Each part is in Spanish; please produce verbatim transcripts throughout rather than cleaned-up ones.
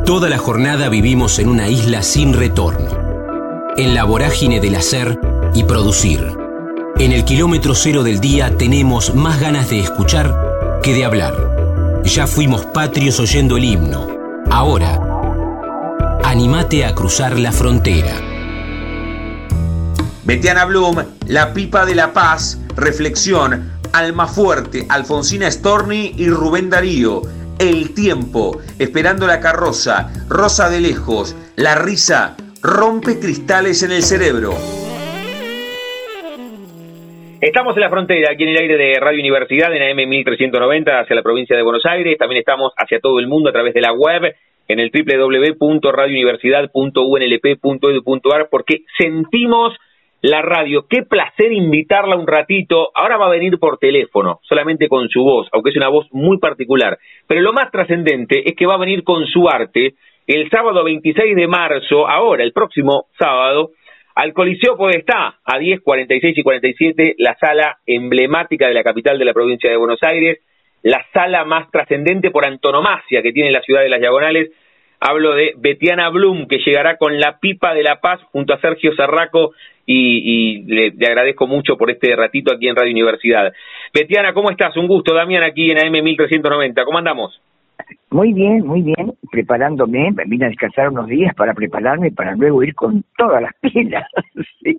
Toda la jornada vivimos en una isla sin retorno, en la vorágine del hacer y producir. En el kilómetro cero del día tenemos más ganas de escuchar que de hablar. Ya fuimos patrios oyendo el himno. Ahora, anímate a cruzar la frontera. Betiana Blum, La Pipa de la Paz, Reflexión, Almafuerte, Alfonsina Storni y Rubén Darío. El tiempo, Esperando la carroza, Rosa de lejos, La risa, Rompe cristales en el cerebro. Estamos en la frontera, aquí en el aire de Radio Universidad, en A M mil trescientos noventa, hacia la provincia de Buenos Aires. También estamos hacia todo el mundo a través de la web, en el doble u doble u doble u punto radio universidad punto u n l p punto e d u punto a r, porque sentimos la radio. Qué placer invitarla un ratito. Ahora va a venir por teléfono, solamente con su voz, aunque es una voz muy particular. Pero lo más trascendente es que va a venir con su arte el sábado veintiséis de marzo, ahora, el próximo sábado, al Coliseo Podestá, a diez, cuarenta y seis y cuarenta y siete, la sala emblemática de la capital de la provincia de Buenos Aires, la sala más trascendente por antonomasia que tiene la ciudad de Las Diagonales. Hablo de Betiana Blum, que llegará con La Pipa de la Paz junto a Sergio Sarraco, y, y le, le agradezco mucho por este ratito aquí en Radio Universidad. Betiana, ¿cómo estás? Un gusto. Damián aquí en A M mil trescientos noventa. ¿Cómo andamos? Muy bien, muy bien. Preparándome, vine a descansar unos días para prepararme para luego ir con todas las pilas. Sí.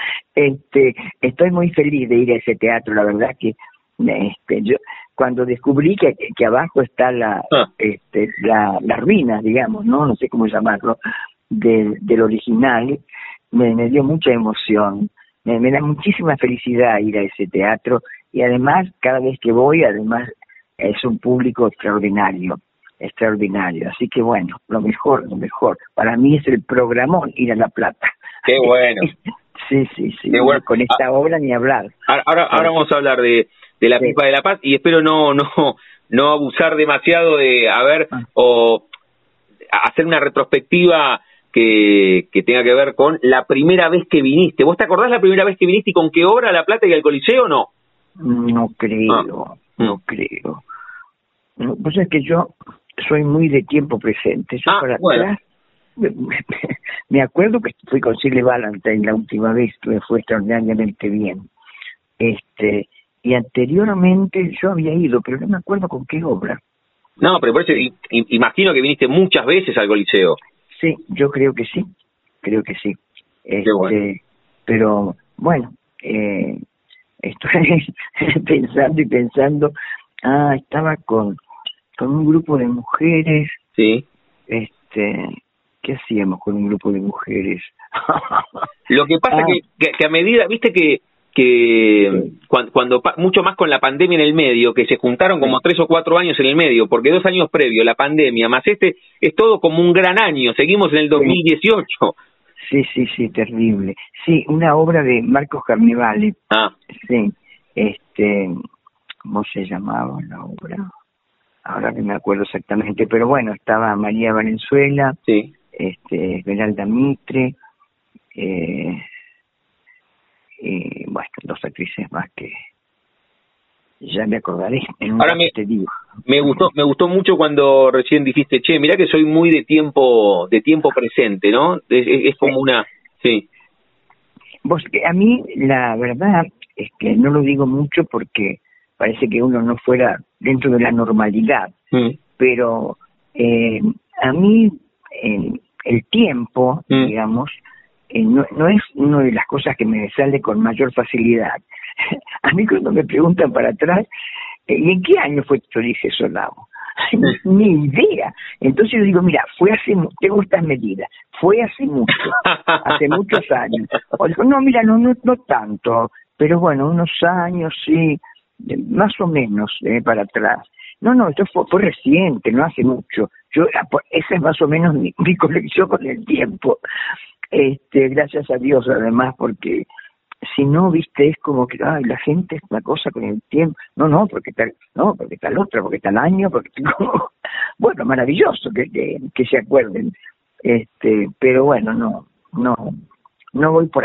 Este, estoy muy feliz de ir a ese teatro, la verdad que este, yo cuando descubrí que, que abajo está la, ah. este, la, las ruinas, digamos, no, no sé cómo llamarlo, de, del original, me, me dio mucha emoción, me, me da muchísima felicidad ir a ese teatro y además cada vez que voy, además es un público extraordinario, extraordinario, así que bueno, lo mejor, lo mejor, para mí es el programón ir a La Plata. Qué bueno. Sí, sí, sí, Qué bueno. Con esta ah, obra ni hablar. Ahora, ahora, ahora vamos a hablar de de La Pipa sí. de la Paz, y espero no no no abusar demasiado de, a ver, ah. o hacer una retrospectiva que, que tenga que ver con la primera vez que viniste. ¿Vos te acordás la primera vez que viniste y con qué obra a La Plata y al Coliseo o no? No creo, ah. no mm. creo. No, pues es que yo soy muy de tiempo presente. Yo ah, para bueno. atrás, me, me acuerdo que fui con Shirley Valentine la última vez, que me fue extraordinariamente bien. Este... Y anteriormente yo había ido, pero no me acuerdo con qué obra. No, pero por eso imagino que viniste muchas veces al Coliseo. Sí, yo creo que sí, creo que sí. Este, bueno. Pero bueno, eh, estoy pensando y pensando, ah, estaba con, con un grupo de mujeres. Sí. Este, ¿qué hacíamos con un grupo de mujeres? Lo que pasa ah. que, que, que a medida, viste que que cuando, cuando mucho más con la pandemia en el medio, que se juntaron como tres o cuatro años en el medio, porque dos años previo, la pandemia, más este, es todo como un gran año, seguimos en el dos mil dieciocho. Sí, sí, sí, terrible. Sí, una obra de Marcos Carnevale. Ah. Sí, este, ¿cómo se llamaba la obra? Ahora que me acuerdo exactamente, pero bueno, estaba María Valenzuela, sí. este, Esmeralda Mitre, eh, y bueno, dos actrices más que ya me acordaré en un Ahora me, te digo. me gustó me gustó mucho cuando recién dijiste, che, mirá que soy muy de tiempo de tiempo presente, ¿no? Es, es, es como sí. una sí. Vos, a mí la verdad es que no lo digo mucho porque parece que uno no fuera dentro de la normalidad, mm. pero eh, a mí eh, el tiempo, mm. digamos, Eh, no, no es una de las cosas que me sale con mayor facilidad. A mí cuando me preguntan para atrás, eh, ¿y en qué año fue que yo dije Solavo? Ni idea. Entonces yo digo, mira, fue hace, tengo estas medidas, fue hace mucho, hace muchos años. O digo, no, mira, no, no, no tanto, pero bueno, unos años, sí, más o menos eh, para atrás. No, no, esto fue, fue reciente, no hace mucho. Yo, esa es más o menos mi, mi conexión con el tiempo. Este, gracias a Dios además, porque si no, viste, es como que ay, la gente es una cosa con el tiempo, no, no, porque tal, no, porque tal otra, porque tal año, porque como... bueno, maravilloso que, que, que se acuerden, este, pero bueno, no, no, no voy por ahí.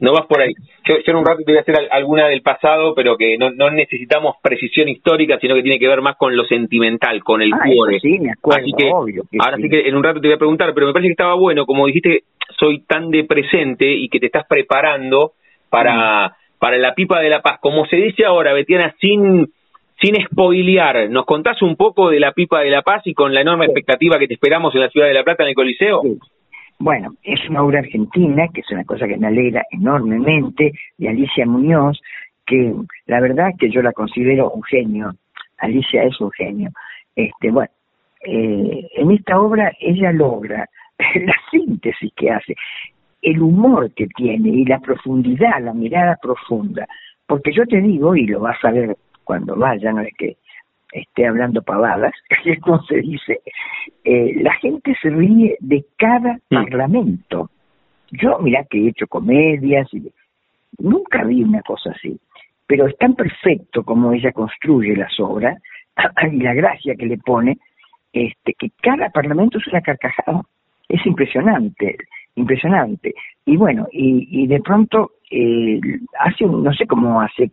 No vas por ahí. Yo, yo en un rato te voy a hacer alguna del pasado, pero que no, no necesitamos precisión histórica, sino que tiene que ver más con lo sentimental, con el ah, cuore. Sí, me acuerdo, Así que, obvio que ahora sí. sí que en un rato te voy a preguntar, pero me parece que estaba bueno, como dijiste, soy tan de presente y que te estás preparando para, mm. para la pipa de la paz. Como se dice ahora, Betiana, sin, sin spoilear, ¿nos contás un poco de la pipa de la paz y con la enorme sí. expectativa que te esperamos en la ciudad de La Plata, en el Coliseo? Sí. Bueno, es una obra argentina, que es una cosa que me alegra enormemente, de Alicia Muñoz, que la verdad que yo la considero un genio. Alicia es un genio. Este, bueno, eh, en esta obra ella logra la síntesis que hace, el humor que tiene y la profundidad, la mirada profunda. Porque yo te digo, y lo vas a ver cuando vaya, no es que esté hablando pavadas, que es como se dice, eh, la gente se ríe de cada mm. parlamento. Yo, mirá que he hecho comedias, y nunca vi una cosa así, pero es tan perfecto como ella construye las obras, y la gracia que le pone, este, que cada parlamento es una carcajada. Es impresionante, impresionante. Y bueno, y, y de pronto eh, hace un, no sé cómo hace,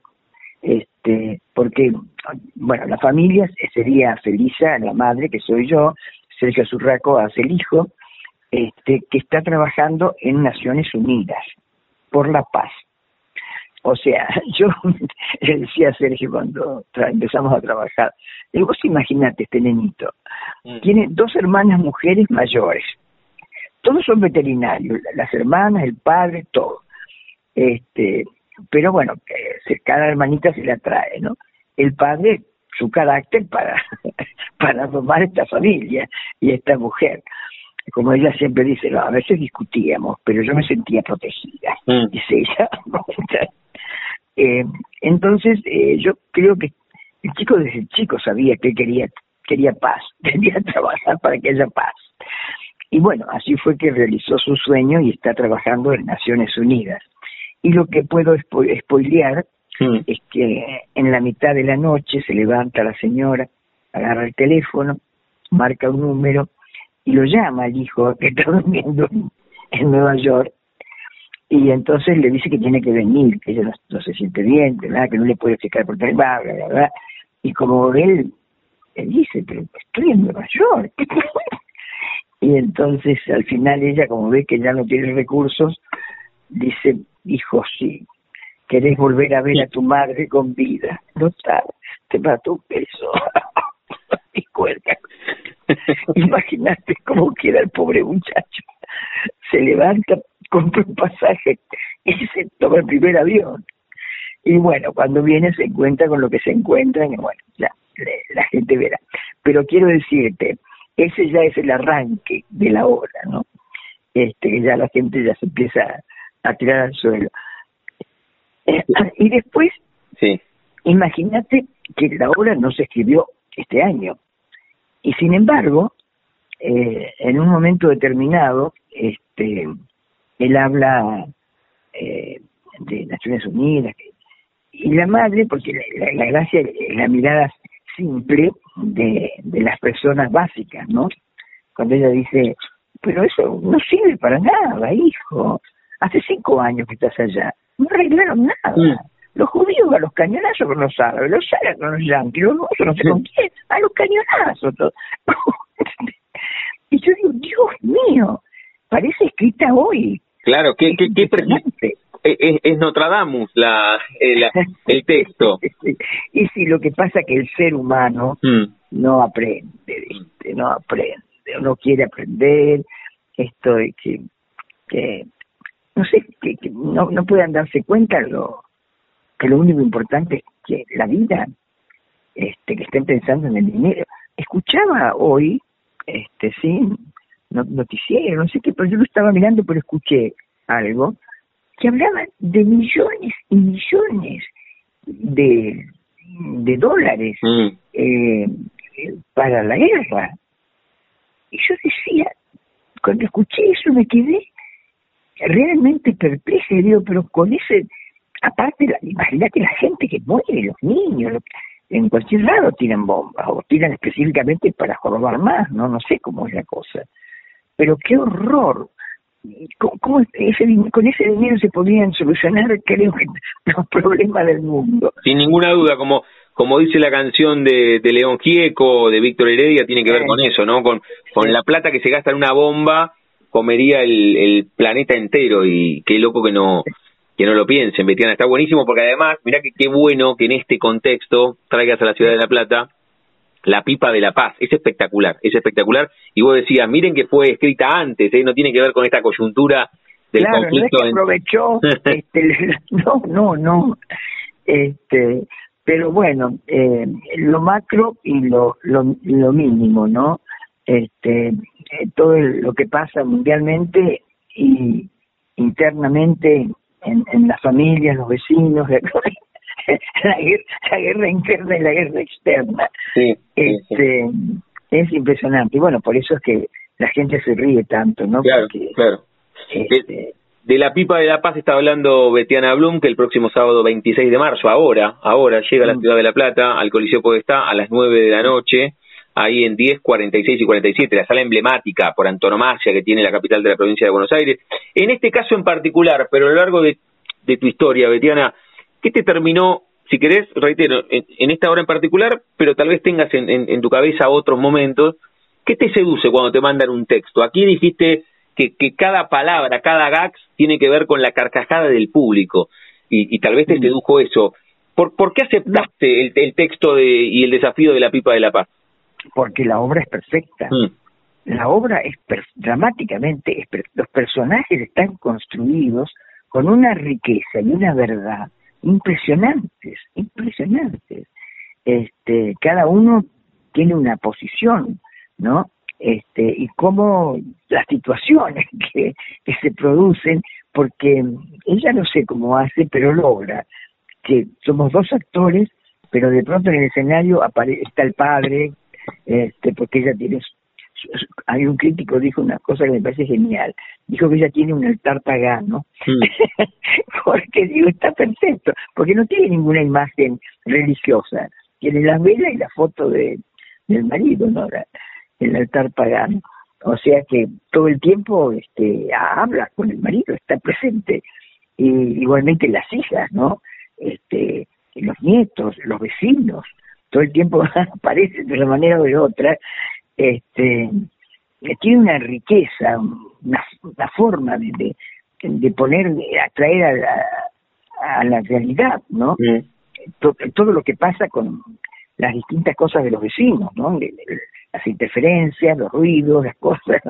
este, porque, bueno, la familia sería Felisa, la madre, que soy yo, Sergio Zurraco hace el hijo, este, que está trabajando en Naciones Unidas por la paz. O sea, yo le decía a Sergio cuando empezamos a trabajar, digo, vos imaginate este nenito, mm. tiene dos hermanas mujeres mayores, todos son veterinarios, las hermanas, el padre, todo. Este, pero bueno, cada hermanita se la trae, ¿no? El padre, su carácter para, para tomar esta familia y esta mujer. Como ella siempre dice, no, a veces discutíamos, pero yo me sentía protegida, mm. dice ella. eh, entonces, eh, yo creo que el chico desde chico sabía que quería, quería paz, quería trabajar para que haya paz. Y bueno, así fue que realizó su sueño y está trabajando en Naciones Unidas. Y lo que puedo spo spoilear mm. es que en la mitad de la noche se levanta la señora, agarra el teléfono, marca un número y lo llama al hijo que está durmiendo en Nueva York, y entonces le dice que tiene que venir, que ella no, no se siente bien, ¿verdad? Que no le puede explicar por teléfono, bla, bla, bla, bla. Y como él, él dice, pero estoy en Nueva York. Y entonces al final ella, como ve que ya no tiene recursos, dice, hijo, sí, querés volver a ver a tu madre con vida, no sabes, te mató un beso. Y cuelga. Imagínate cómo queda el pobre muchacho. Se levanta, compra un pasaje y se toma el primer avión. Y bueno, cuando viene se encuentra con lo que se encuentra, y bueno, ya, la gente verá. Pero quiero decirte, ese ya es el arranque de la obra, ¿no? Este, que ya la gente ya se empieza a tirar al suelo. Eh, y después, sí. Imagínate que la obra no se escribió este año. Y sin embargo, eh, en un momento determinado, este, él habla eh, de Naciones Unidas, y la madre, porque la, la, la gracia es la mirada simple de, de las personas básicas, ¿no? Cuando ella dice, pero eso no sirve para nada, hijo. Hace cinco años que estás allá, no arreglaron nada. Sí. Los judíos a los cañonazos con los árabes, los árabes con los yanquis, los rusos no sé sí. con quién, a los cañonazos. Todo. Y yo digo, Dios mío, parece escrita hoy. Claro, ¿qué, qué, qué pre- es, es Nostradamus la, el, el texto. Y sí, lo que pasa es que el ser humano mm. no aprende, ¿viste? No aprende, no quiere aprender, esto de que, que no sé, que, que no, no puedan darse cuenta lo que lo único importante es que la vida, este, que estén pensando en el dinero. Escuchaba hoy, este, sí, noticiero, no sé qué, pero yo lo estaba mirando, pero escuché algo que hablaba de millones y millones de, de dólares mm. eh, para la guerra. Y yo decía, cuando escuché eso me quedé realmente perpleja, y digo, pero con ese, aparte, la, imagínate la gente que muere, los niños, lo, en cualquier lado tiran bombas, o tiran específicamente para robar más, no no sé cómo es la cosa. Pero qué horror ¿cómo, cómo ese, con ese dinero se podrían solucionar, creo, los problemas del mundo? Sin ninguna duda, como como dice la canción de, de León Gieco, de Víctor Heredia, tiene que ver con eso, ¿no? Con, con la plata que se gasta en una bomba, comería el, el planeta entero, y qué loco que no que no lo piensen, Betiana. Está buenísimo, porque además, mirá que qué bueno que en este contexto traigas a la ciudad de La Plata la pipa de la paz. Es espectacular, es espectacular. Y vos decías, miren que fue escrita antes, ¿eh? No tiene que ver con esta coyuntura del claro, conflicto. No es que aprovechó, en... este, no, no, no. Este, pero bueno, eh, lo macro y lo, lo, lo mínimo, ¿no? Este, eh, todo el, lo que pasa mundialmente y internamente en, en las familias, los vecinos, la, la, guerra, la guerra interna y la guerra externa. Sí, este, sí. Es impresionante. Y bueno, por eso es que la gente se ríe tanto, ¿no? Claro, Porque, claro. Este, De la pipa de la paz está hablando Betiana Blum, que el próximo sábado veintiséis de marzo, ahora, ahora llega a la ciudad de La Plata, al Coliseo Podestá, a las nueve de la noche, ahí en diez, cuarenta y seis y cuarenta y siete, la sala emblemática por antonomasia que tiene la capital de la provincia de Buenos Aires. En este caso en particular, pero a lo largo de, de tu historia, Betiana, ¿qué te terminó, si querés, reitero, en, en esta hora en particular, pero tal vez tengas en, en, en tu cabeza otros momentos, qué te seduce cuando te mandan un texto? Aquí dijiste que, que cada palabra, cada gags tiene que ver con la carcajada del público, y, y tal vez te sedujo eso. ¿Por, por qué aceptaste el, el texto de, y el desafío de la pipa de la paz? Porque la obra es perfecta. Mm. La obra es per dramáticamente, es per los personajes están construidos con una riqueza y una verdad impresionantes, impresionantes. Este, cada uno tiene una posición, ¿no? Este, y cómo las situaciones que, que se producen, porque ella no sé cómo hace, pero logra que somos dos actores, pero de pronto en el escenario apare está el padre, este, porque ella tiene, hay un crítico dijo una cosa que me parece genial, dijo que ella tiene un altar pagano, mm. porque digo, está perfecto, porque no tiene ninguna imagen religiosa, tiene las velas y la foto de del marido, ¿no? La, el altar pagano, o sea que todo el tiempo este, habla con el marido, está presente, y igualmente las hijas, ¿no? Este, los nietos, los vecinos, todo el tiempo aparecen de una manera o de otra. Este, tiene una riqueza, una, una forma de, de, de poner, de atraer a la, a la realidad, ¿no? Sí. Todo, todo lo que pasa con las distintas cosas de los vecinos, ¿no? Las interferencias, los ruidos, las cosas,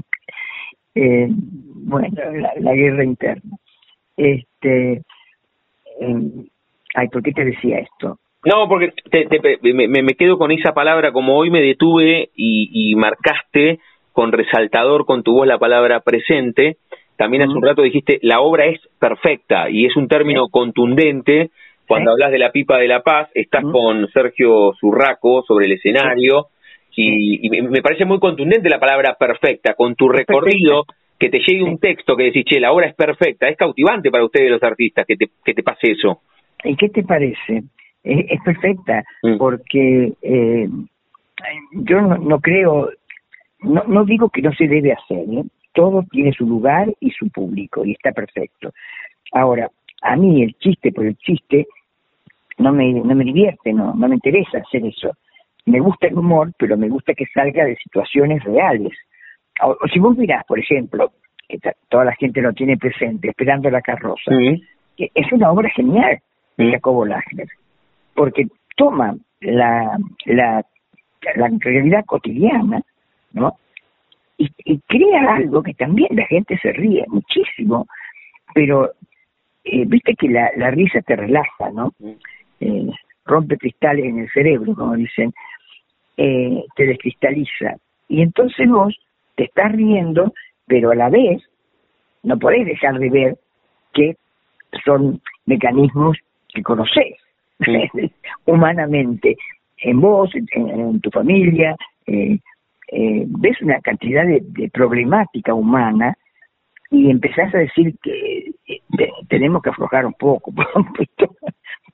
eh, bueno, la, la guerra interna. Este, eh, ay, ¿por qué te decía esto? No, porque te, te, me, me quedo con esa palabra, como hoy me detuve y, y marcaste con resaltador con tu voz la palabra presente. También hace un rato dijiste, la obra es perfecta, y es un término contundente. Cuando ¿Sí? hablas de la pipa de la paz, estás ¿Mm? con Sergio Zurraco sobre el escenario, ¿Sí? y, y me parece muy contundente la palabra perfecta, con tu recorrido, perfecta. Que te llegue un texto que decís, che, la obra es perfecta, es cautivante para ustedes los artistas que te, que te pase eso. ¿Y qué te parece? Es, es perfecta, mm. porque eh, yo no, no creo, no, no digo que no se debe hacer, ¿eh? Todo tiene su lugar y su público, y está perfecto. Ahora, a mí el chiste por el chiste no me, no me divierte, no, no me interesa hacer eso. Me gusta el humor, pero me gusta que salga de situaciones reales. O, o si vos mirás, por ejemplo, que toda la gente lo tiene presente, Esperando la carroza, mm. que es una obra genial de mm. Jacobo Lachner, porque toma la, la, la realidad cotidiana, ¿no? Y, y crea algo que también la gente se ríe muchísimo, pero eh, viste que la, la risa te relaja, ¿no? Eh, rompe cristales en el cerebro, como dicen, eh, te descristaliza. Y entonces vos te estás riendo, pero a la vez no podés dejar de ver que son mecanismos que conocés sí. humanamente, en vos, en, en tu familia, eh, eh, ves una cantidad de, de problemática humana y empezás a decir que eh, te, tenemos que aflojar un poco,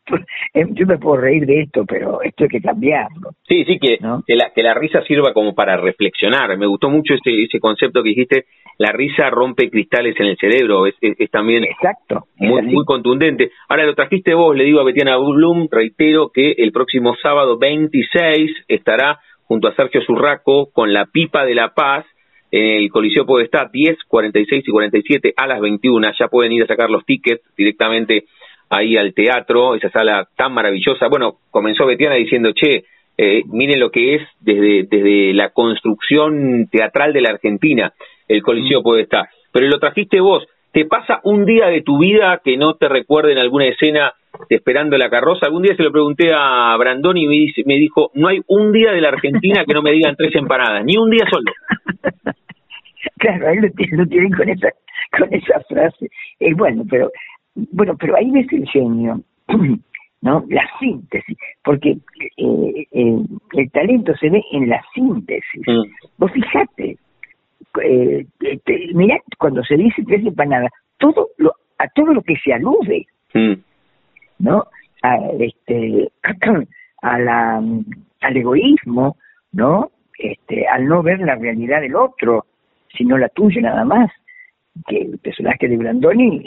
yo me puedo reír de esto, pero esto hay que cambiarlo. Sí, sí, que, ¿no? que, la, que la risa sirva como para reflexionar. Me gustó mucho ese, ese concepto que dijiste, la risa rompe cristales en el cerebro, es, es, es también Exacto, muy, muy contundente. Ahora lo trajiste vos, le digo a Betiana Blum, reitero que el próximo sábado veintiséis estará junto a Sergio Zurraco con La Pipa de la Paz, en el Coliseo Podestá, diez, cuarenta y seis y cuarenta y siete a las veintiuna. Ya pueden ir a sacar los tickets directamente ahí al teatro, esa sala tan maravillosa. Bueno, comenzó Betiana diciendo, che, eh, miren lo que es desde, desde la construcción teatral de la Argentina, el Coliseo Podestá. Pero lo trajiste vos. ¿Te pasa un día de tu vida que no te recuerde en alguna escena de Esperando la Carroza? Algún día se lo pregunté a Brandoni y me, dice, me dijo, no hay un día de la Argentina que no me digan tres empanadas, ni un día solo. Claro, ahí lo, lo tienen con esa con esa frase. Eh, bueno, pero bueno, pero ahí ves el genio, ¿no? La síntesis, porque eh, eh, el talento se ve en la síntesis. Mm. Vos fijate, eh, te, mirá, cuando se dice tres empanadas, todo lo, a todo lo que se alude, mm. ¿no? A, este, a la, al egoísmo, ¿no? Este, al no ver la realidad del otro, sino la tuya nada más, que el personaje de Brandoni,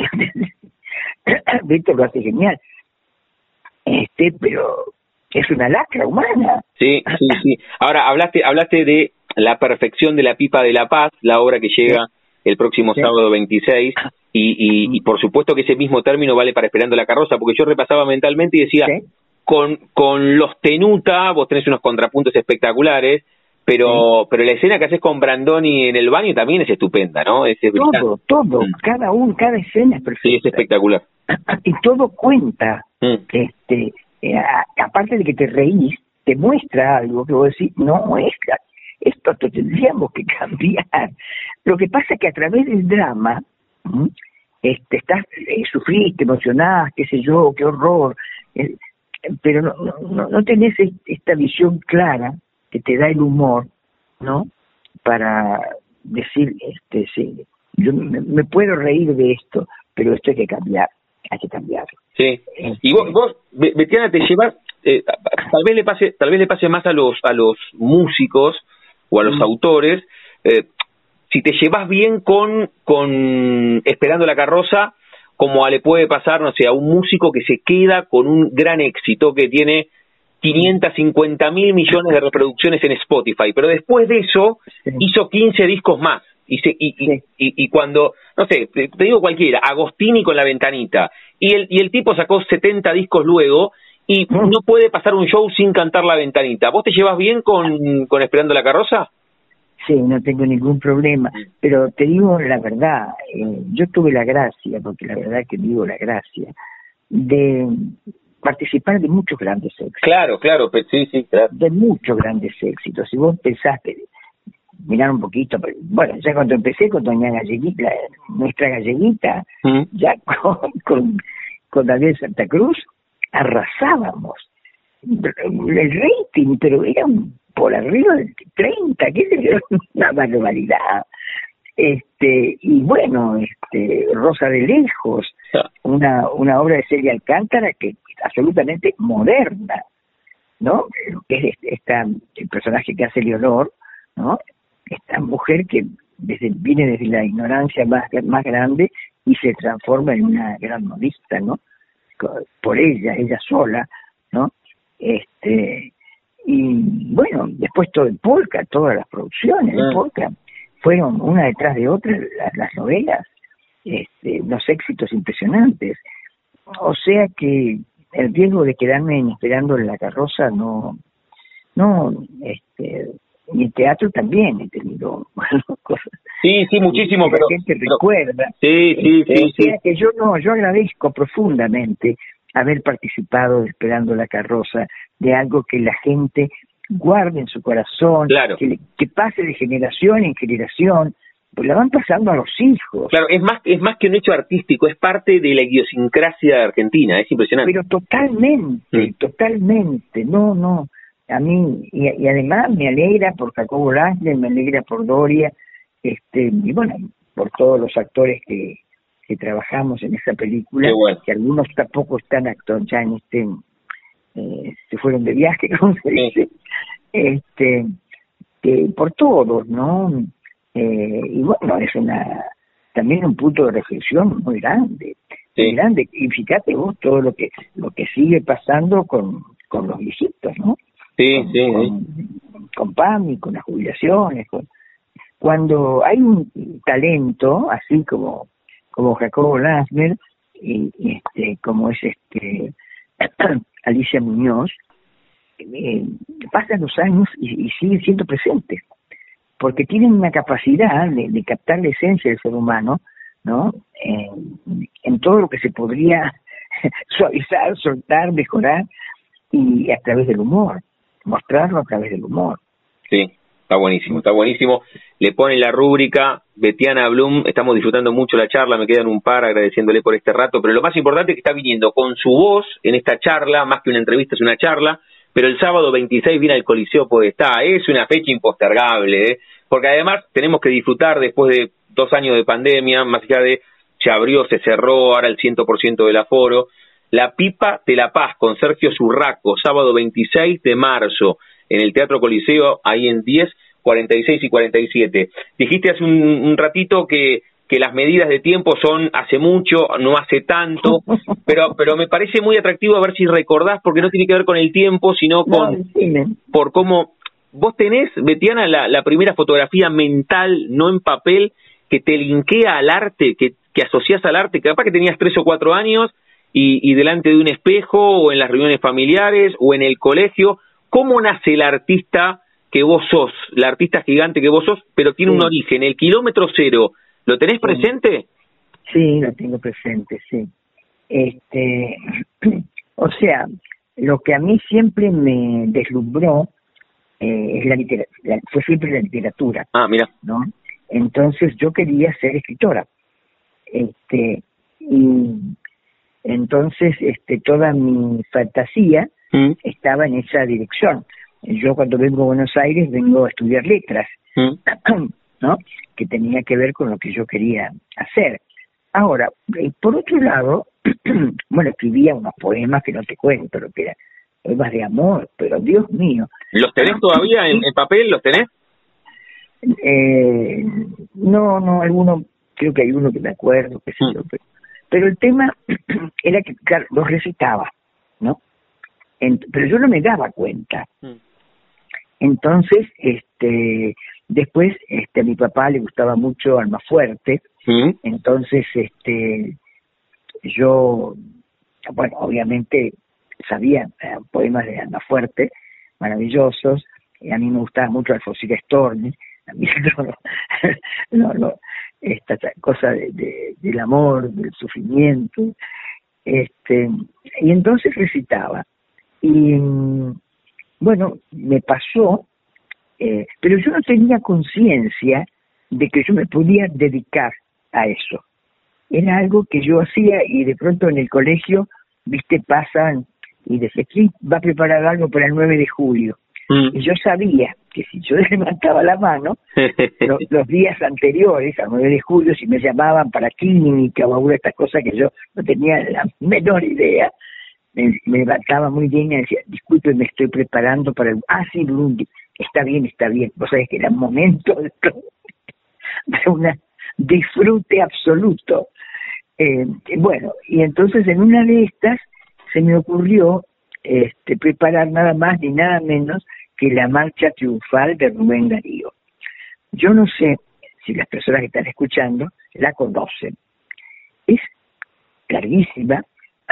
Víctor lo hace genial, este, pero es una lacra humana. Sí, sí, sí. Ahora, hablaste, hablaste de La Perfección de la Pipa de la Paz, la obra que llega sí. el próximo sí. sábado veintiséis, y, y, y por supuesto que ese mismo término vale para Esperando la Carroza, porque yo repasaba mentalmente y decía, sí. con, con los Tenuta, vos tenés unos contrapuntos espectaculares, pero sí. pero la escena que haces con Brandoni en el baño también es estupenda, ¿no? Es, es todo, todo, mm. cada uno, cada escena es perfecta. Sí, es espectacular. Y todo cuenta, mm. este, eh, a, aparte de que te reís, te muestra algo que vos decís, no muestra, esto lo tendríamos que cambiar. Lo que pasa es que a través del drama, ¿m? este, estás, eh, sufrís, te emocionás, qué sé yo, qué horror, eh, pero no, no, no tenés esta visión clara que te da el humor, ¿no? Para decir, este, sí, yo me, me puedo reír de esto, pero esto hay que cambiar, hay que cambiarlo. Sí. Este, y vos, vos, Betiana, te llevas, eh, tal vez le pase, tal vez le pase más a los a los músicos o a los mm. autores, eh, si te llevas bien con con Esperando la Carroza, como le puede pasar, no sé, a un músico que se queda con un gran éxito que tiene quinientos cincuenta mil millones de reproducciones en Spotify, pero después de eso sí. hizo quince discos más, y, se, y, sí. y, y, y cuando, no sé, te, te digo cualquiera, Agostini con La Ventanita, y el, y el tipo sacó setenta discos luego, y mm. no puede pasar un show sin cantar La Ventanita. ¿Vos te llevas bien con, con Esperando la Carroza? Sí, no tengo ningún problema, pero te digo la verdad, eh, yo tuve la gracia, porque la verdad que digo la gracia, de participar de muchos grandes éxitos. Claro, claro, sí, sí, claro. De muchos grandes éxitos. Si vos pensaste, mirar un poquito, bueno, ya cuando empecé con Doña Galleguita, nuestra Galleguita, ¿Mm? ya con, con, con Daniel Santa Cruz, arrasábamos. El rating, pero era un, por arriba del treinta, que era una barbaridad. Este, y bueno, este, Rosa de Lejos, una, una obra de Celia Alcántara que absolutamente moderna, ¿no? Es esta, el personaje que hace Leonor, ¿no? Esta mujer que desde, viene desde la ignorancia más, más grande y se transforma en una gran modista, ¿no? Por ella, ella sola, ¿no? Este, y bueno, después todo el Polka, todas las producciones de Polka fueron una detrás de otra las, las novelas, este, los éxitos impresionantes. O sea que el riesgo de quedarme esperando en la carroza no, no, este, en el teatro también he tenido bueno, cosas. Sí, sí, muchísimo, pero la gente pero, recuerda. Sí, sí, este, sí, o sea sí. que yo no, yo agradezco profundamente haber participado de Esperando la Carroza, de algo que la gente guarde en su corazón, claro. que, que pase de generación en generación, pues la van pasando a los hijos. Claro, es más, es más que un hecho artístico, es parte de la idiosincrasia de Argentina, es impresionante. Pero totalmente, mm. totalmente, no, no, a mí, y, y además me alegra por Jacobo Lasler, me alegra por Doria, este, y bueno, por todos los actores que, que trabajamos en esa película, bueno. que algunos tampoco están actuando ya en este, eh, se fueron de viaje, como se dice, sí. este, que por todos, ¿no? Eh, y bueno, es una también un punto de reflexión muy grande, sí. muy grande, y fíjate vos todo lo que lo que sigue pasando con, con los viejitos, ¿no? Sí, con, sí, con, con P A M I, con las jubilaciones, con, cuando hay un talento, así como como Jacobo Lansmer, y, y este como es este Alicia Muñoz, eh, pasan los años y, y siguen siendo presentes, porque tienen una capacidad de, de captar la esencia del ser humano, ¿no? En, en todo lo que se podría suavizar, soltar, mejorar, y a través del humor, mostrarlo a través del humor. Sí, está buenísimo, está buenísimo. Le ponen la rúbrica Betiana Blum, estamos disfrutando mucho la charla, me quedan un par agradeciéndole por este rato, pero lo más importante es que está viniendo con su voz en esta charla, más que una entrevista, es una charla, pero el sábado veintiséis viene al Coliseo Podestá, es una fecha impostergable, ¿eh? Porque además tenemos que disfrutar después de dos años de pandemia, más allá de se abrió, se cerró, ahora el cien por ciento del aforo, La Pipa de la Paz con Sergio Zurraco, sábado veintiséis de marzo, en el Teatro Coliseo, ahí en diez, cuarenta y seis y cuarenta y siete. Dijiste hace un, un ratito que, que las medidas de tiempo son hace mucho, no hace tanto, pero pero me parece muy atractivo a ver si recordás, porque no tiene que ver con el tiempo, sino con no, sí, por cómo vos tenés, Betiana, la, la primera fotografía mental, no en papel, que te linkea al arte, que, que asociás al arte, que capaz que tenías tres o cuatro años y, y delante de un espejo, o en las reuniones familiares, o en el colegio. ¿Cómo nace el artista que vos sos, la artista gigante que vos sos, pero tiene sí. un origen, el kilómetro cero? ¿Lo tenés sí. presente? Sí, lo tengo presente, sí. Este, o sea, lo que a mí siempre me deslumbró eh, es la literatura, fue siempre la literatura. Ah, mira. ¿No? Entonces yo quería ser escritora. Este, y entonces este toda mi fantasía ¿Mm? estaba en esa dirección. Yo cuando vengo a Buenos Aires vengo a estudiar letras, ¿Mm? ¿no? Que tenía que ver con lo que yo quería hacer. Ahora, por otro lado, bueno, escribía unos poemas que no te cuento, lo que eran poemas de amor, pero Dios mío. ¿Los tenés todavía en, en papel? ¿Los tenés? Eh, no, no, alguno, creo que hay uno que me acuerdo, qué sé yo, pero, pero el tema era que, claro, los recitaba, ¿no? En, pero yo no me daba cuenta. Entonces, este, después, este, a mi papá le gustaba mucho Almafuerte, ¿sí? Entonces, este, yo, bueno, obviamente sabía eh, poemas de Almafuerte, maravillosos, y a mí me gustaba mucho Alfonsina Storni, a mí no, no, no, esta cosa de, de, del amor, del sufrimiento, este, y entonces recitaba, y bueno, me pasó, eh, pero yo no tenía conciencia de que yo me podía dedicar a eso. Era algo que yo hacía y de pronto en el colegio, viste, pasan y decía, ¿quién va a preparar algo para el nueve de julio? Mm. Y yo sabía que si yo levantaba la mano, lo, los días anteriores, al nueve de julio, si me llamaban para química o alguna de estas cosas que yo no tenía la menor idea, me, me levantaba muy bien y decía, disculpe, me estoy preparando para el... Ah, sí, Burundi, está bien, está bien. Vos sabés que era un momento de, de un disfrute absoluto. Eh, bueno, y entonces en una de estas se me ocurrió este, preparar nada más ni nada menos que la marcha triunfal de Rubén Darío. Yo no sé si las personas que están escuchando la conocen. Es larguísima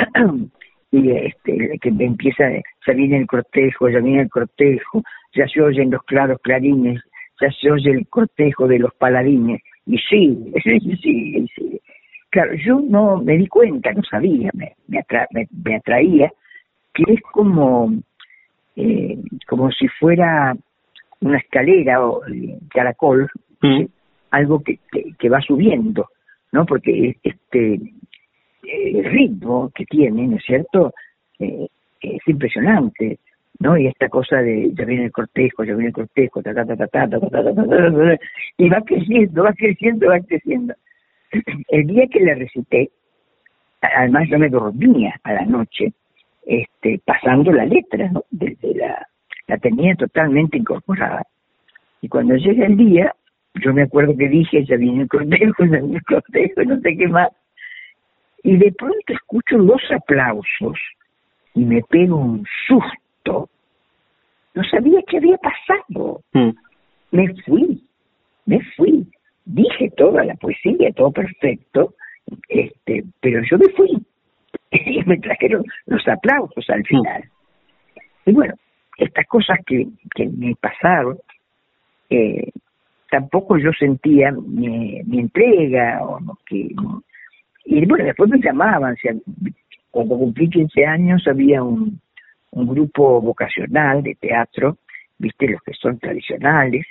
y este, que empieza, ya viene el cortejo, ya viene el cortejo, ya se oyen los claros clarines, ya se oye el cortejo de los paladines, y sí, sí, sí, sí. Claro, yo no me di cuenta, no sabía, me, me, atra, me, me atraía, que es como, eh, como si fuera una escalera o caracol, mm. ¿sí? Algo que, que, que va subiendo, ¿no? Porque este el ritmo que tiene, ¿no es cierto?, eh, es impresionante, ¿no? Y esta cosa de ya viene el cortejo, ya viene el cortejo, ta ta ta ta ta ta ta ta ta ta, y va creciendo, va creciendo, va creciendo. el día que la recité, además yo me dormía a la noche, este, pasando la letra, ¿no? Desde la, la tenía totalmente incorporada. Y cuando llega el día, yo me acuerdo que dije, ya viene el cortejo, ya viene el cortejo, no sé qué más. Y de pronto escucho los aplausos y me pego un susto. No sabía qué había pasado. Mm. Me fui, me fui. Dije toda la poesía, todo perfecto, este, pero yo me fui. Y me trajeron los aplausos al final. Mm. Y bueno, estas cosas que, que me pasaron, eh, tampoco yo sentía mi, mi entrega, o no, que... Y bueno, después me llamaban, o sea, cuando cumplí quince años había un, un grupo vocacional de teatro, viste, los que son tradicionales,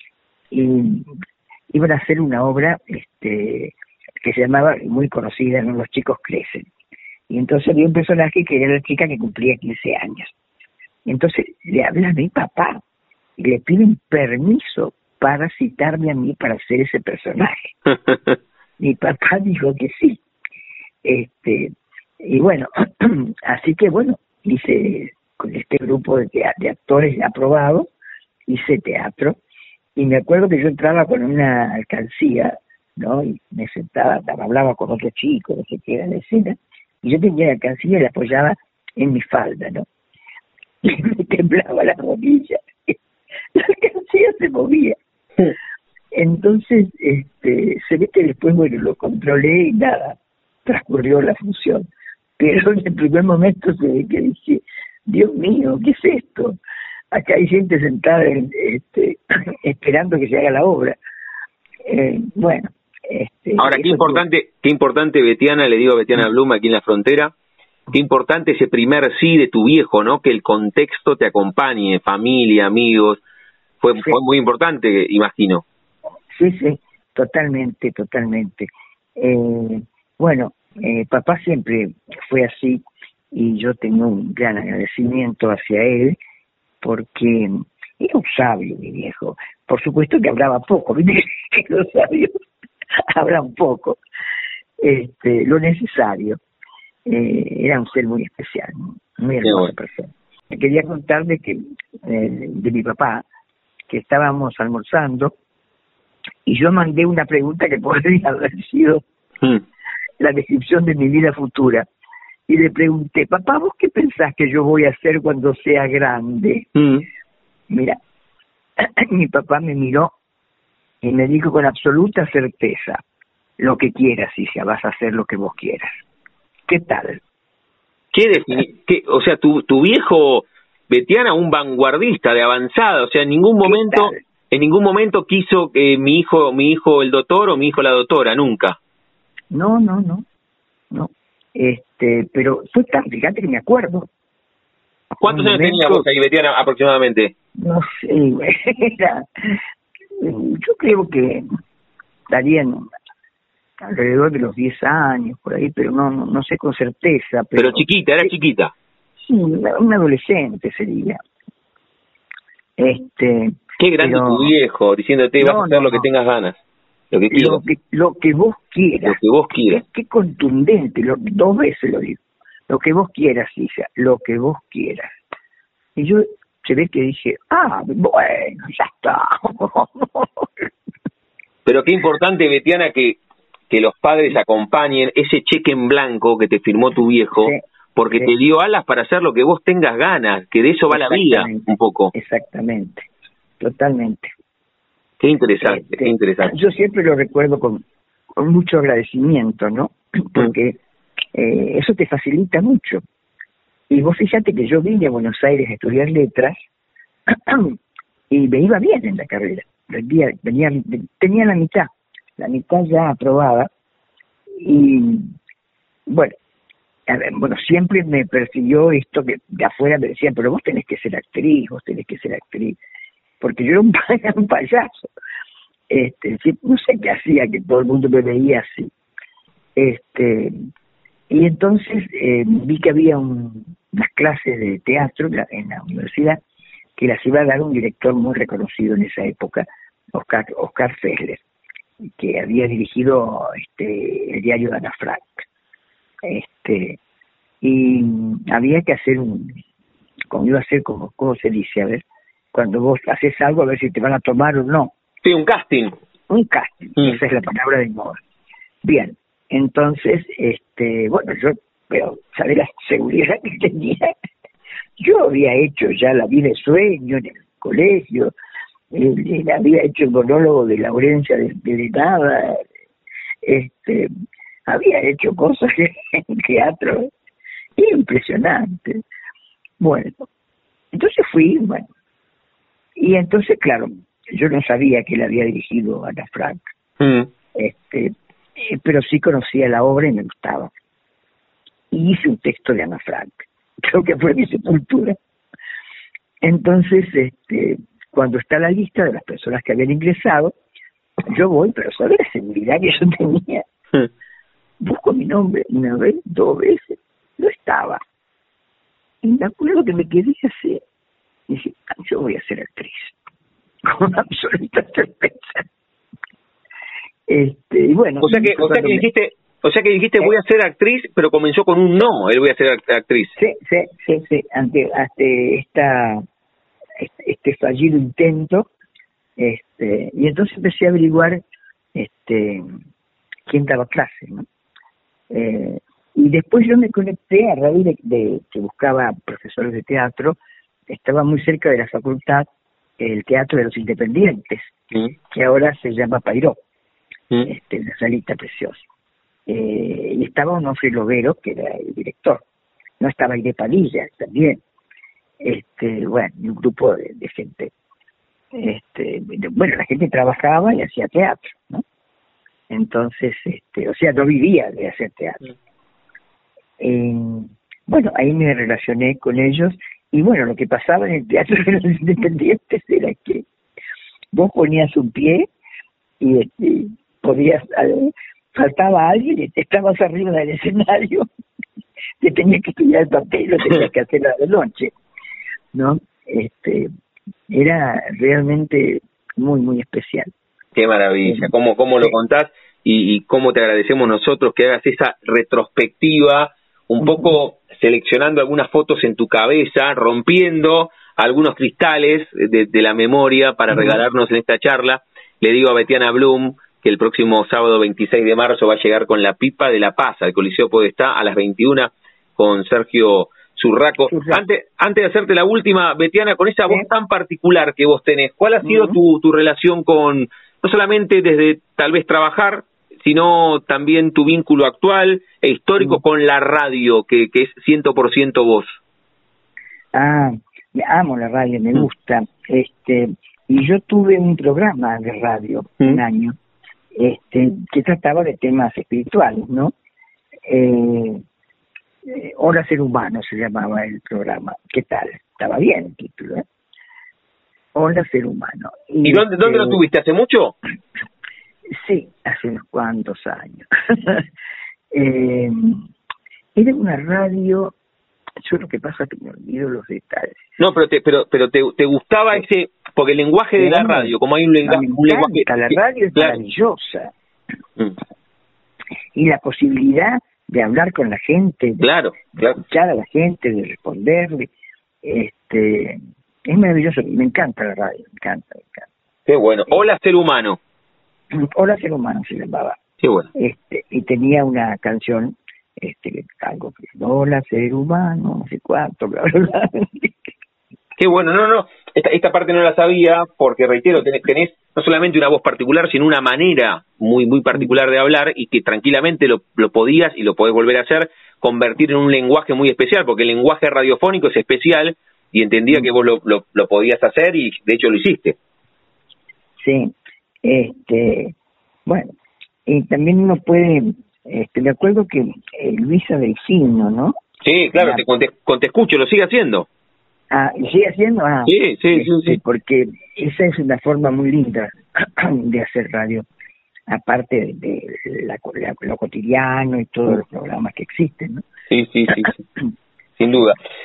y iban a hacer una obra este que se llamaba, muy conocida, ¿no? Los chicos crecen. Y entonces había un personaje que era la chica que cumplía quince años. Entonces le habla a mi papá y le piden permiso para citarme a mí para hacer ese personaje. Mi papá dijo que sí. Este, y bueno, así que bueno, hice con este grupo de, de actores aprobados, hice teatro, y me acuerdo que yo entraba con una alcancía, ¿no? Y me sentaba, hablaba con otro chico, no sé qué era la escena, y yo tenía la alcancía y la apoyaba en mi falda, ¿no? Y me temblaba la rodilla, la alcancía se movía. Entonces, este, se ve que después, bueno, lo controlé y nada, transcurrió la función. Pero en el primer momento se ve que dije, Dios mío, ¿qué es esto? Acá hay gente sentada en, este, esperando que se haga la obra. Eh, bueno. Este, Ahora, qué importante, tuvo... qué importante, Betiana, le digo a Betiana Blum aquí en la frontera, qué importante ese primer sí de tu viejo, ¿no? Que el contexto te acompañe, familia, amigos, fue, sí. fue muy importante, imagino. Sí, sí, totalmente, totalmente. Eh, bueno, eh, papá siempre fue así y yo tengo un gran agradecimiento hacia él porque era un sabio, mi viejo. Por supuesto que hablaba poco, ¿viste? Que los sabios hablan poco, este, lo necesario. Eh, era un ser muy especial, muy hermosa bueno. persona. Quería contarle que eh, de mi papá, que estábamos almorzando, y yo mandé una pregunta que podría haber sido mm. la descripción de mi vida futura. Y le pregunté, papá, ¿vos qué pensás que yo voy a hacer cuando sea grande? Mm. Mira, mi papá me miró y me dijo con absoluta certeza, lo que quieras, hija, vas a hacer lo que vos quieras. ¿Qué tal? ¿Qué defini- qué, o sea, tu, tu viejo, Betiana, un vanguardista de avanzada, o sea, en ningún momento... En ningún momento quiso que eh, mi hijo, mi hijo el doctor o mi hijo la doctora, nunca. No, no, no, no. Este, pero fue tan, fíjate que me acuerdo. ¿Cuántos años tenías vos ahí, Betiana, aproximadamente? No sé, era, yo creo que estarían alrededor de los diez años, por ahí, pero no, no, no sé con certeza. Pero, pero chiquita, era chiquita. Sí, un adolescente sería. Este... Qué grande pero, tu viejo, diciéndote no, vas a hacer no, lo que tengas ganas. Lo que lo que, lo que vos quieras. Lo que vos quieras. Qué, qué contundente, lo, dos veces lo digo. Lo que vos quieras, hija, lo que vos quieras. Y yo se ve que dije, ah, bueno, ya está. Pero qué importante, Betiana, que, que los padres acompañen ese cheque en blanco que te firmó tu viejo, sí, porque sí. te dio alas para hacer lo que vos tengas ganas, que de eso va la vida, un poco. Exactamente. Totalmente. Qué interesante, este, qué interesante. Yo siempre lo recuerdo con, con mucho agradecimiento, ¿no? Porque eh, eso te facilita mucho. Y vos fíjate que yo vine a Buenos Aires a estudiar letras y me iba bien en la carrera. Venía, venía, tenía la mitad, la mitad ya aprobada. Y bueno, a ver, bueno, siempre me persiguió esto que de afuera me decían, pero vos tenés que ser actriz, vos tenés que ser actriz. Porque yo era un, un payaso. Este, no sé qué hacía, que todo el mundo me veía así. Este, y entonces eh, vi que había un, unas clases de teatro en la, en la universidad que las iba a dar un director muy reconocido en esa época, Oscar, Oscar Fessler, que que había dirigido este el diario de Ana Frank. Este, y había que hacer un, como iba a hacer, como, ¿cómo se dice? A ver, cuando vos haces algo, a ver si te van a tomar o no. Sí, un casting. Un casting, mm. esa es la palabra de moda. Bien, entonces, este, bueno, yo, pero, ¿sabés la seguridad que tenía? Yo había hecho ya La vida de sueño en el colegio, eh, había hecho el monólogo de Laurencia de, de nada, este, había hecho cosas en teatro impresionantes. Bueno, entonces fui, bueno, y entonces, claro, yo no sabía que él había dirigido a Ana Frank, mm. este, eh, pero sí conocía la obra y me gustaba. Y hice un texto de Ana Frank, creo que fue mi sepultura. Entonces, este, cuando está la lista de las personas que habían ingresado, yo voy, pero ¿sabes la seguridad que yo tenía? Mm. Busco mi nombre una vez, dos veces, no estaba. Y me acuerdo que me quedé así, y dije, yo voy a ser actriz, con absoluta certeza. Este, y bueno, o sea que, o sea que me... dijiste, o sea que dijiste ¿Eh? voy a ser actriz, pero comenzó con un no, él voy a ser actriz. Sí, sí, sí, sí, ante, ante esta, este, este fallido intento, este, y entonces empecé a averiguar, este, quién daba clase, ¿no? Eh, y después yo me conecté a raíz de, de que buscaba profesores de teatro. Estaba muy cerca de la facultad el Teatro de los Independientes, ¿Mm? que ahora se llama Pairó, ¿Mm? este, una salita preciosa. Eh, y estaba Onofre Lovero, que era el director. No estaba Aide Padilla, también. Este, bueno, y un grupo de, de gente. Este, bueno, la gente trabajaba y hacía teatro, ¿no? Entonces, este, o sea, no vivía de hacer teatro. Eh, bueno, ahí me relacioné con ellos y bueno, lo que pasaba en el Teatro de los Independientes era que vos ponías un pie y este, podías, eh, faltaba alguien y te estabas arriba del escenario, te tenías que estudiar el papel, lo tenías que hacer la de noche, ¿no? Este, era realmente muy, muy especial. Qué maravilla, cómo, cómo lo contás y, y cómo te agradecemos nosotros que hagas esa retrospectiva, un poco seleccionando algunas fotos en tu cabeza, rompiendo algunos cristales de, de la memoria para regalarnos en esta charla. Le digo a Betiana Blum que el próximo sábado veintiséis de marzo va a llegar con La Pipa de la Paz al Coliseo Podestá a las veintiuna con Sergio Zurraco. Antes, antes de hacerte la última, Betiana, con esa voz ¿Sí? tan particular que vos tenés, ¿cuál ha sido uh-huh. tu, tu relación con, no solamente desde tal vez trabajar, sino también tu vínculo actual e histórico uh-huh. con la radio, que, que es cien por ciento vos? Ah, amo la radio, me uh-huh. gusta. este Y yo tuve un programa de radio uh-huh. un año este que trataba de temas espirituales, ¿no? Eh... Eh, Hola Ser Humano se llamaba el programa. ¿Qué tal? Estaba bien el título, ¿eh? Hola Ser Humano. ¿Y, ¿Y dónde, dónde eh, lo tuviste? ¿Hace mucho? Sí, hace unos cuantos años. eh, era una radio, yo lo que pasa es que me olvido los detalles. No, pero te, pero, pero te, te gustaba sí. ese, porque el lenguaje de la radio, como hay un lenguaje... Un lenguaje la radio es claro. maravillosa. Mm. Y la posibilidad de hablar con la gente, de, claro, claro. de escuchar a la gente, de responderle, este, es maravilloso, me encanta la radio, me encanta, me encanta. Qué bueno. Hola Ser Humano. Hola Ser Humano se llamaba. Qué bueno. Este, y tenía una canción, este, algo que Hola Ser Humano, no sé cuánto, bla, bla, bla. Qué bueno, no, no, esta, esta parte no la sabía, porque reitero, tenés, tenés no solamente una voz particular, sino una manera muy muy particular de hablar, y que tranquilamente lo, lo podías, y lo podés volver a hacer, convertir en un lenguaje muy especial, porque el lenguaje radiofónico es especial, y entendía que vos lo, lo, lo podías hacer, y de hecho lo hiciste. Sí, este, bueno, y también uno puede, este, me acuerdo que eh, Luisa del Signo, ¿no? Sí, claro, la... te, con, te, con te escucho, lo sigue haciendo. Ah, ¿y sigue haciendo? Ah, sí, sí, sí, sí. Porque esa es una forma muy linda de hacer radio, aparte de la, la, lo cotidiano y todos los programas que existen, ¿no? Sí, sí, sí, sí. Sin duda.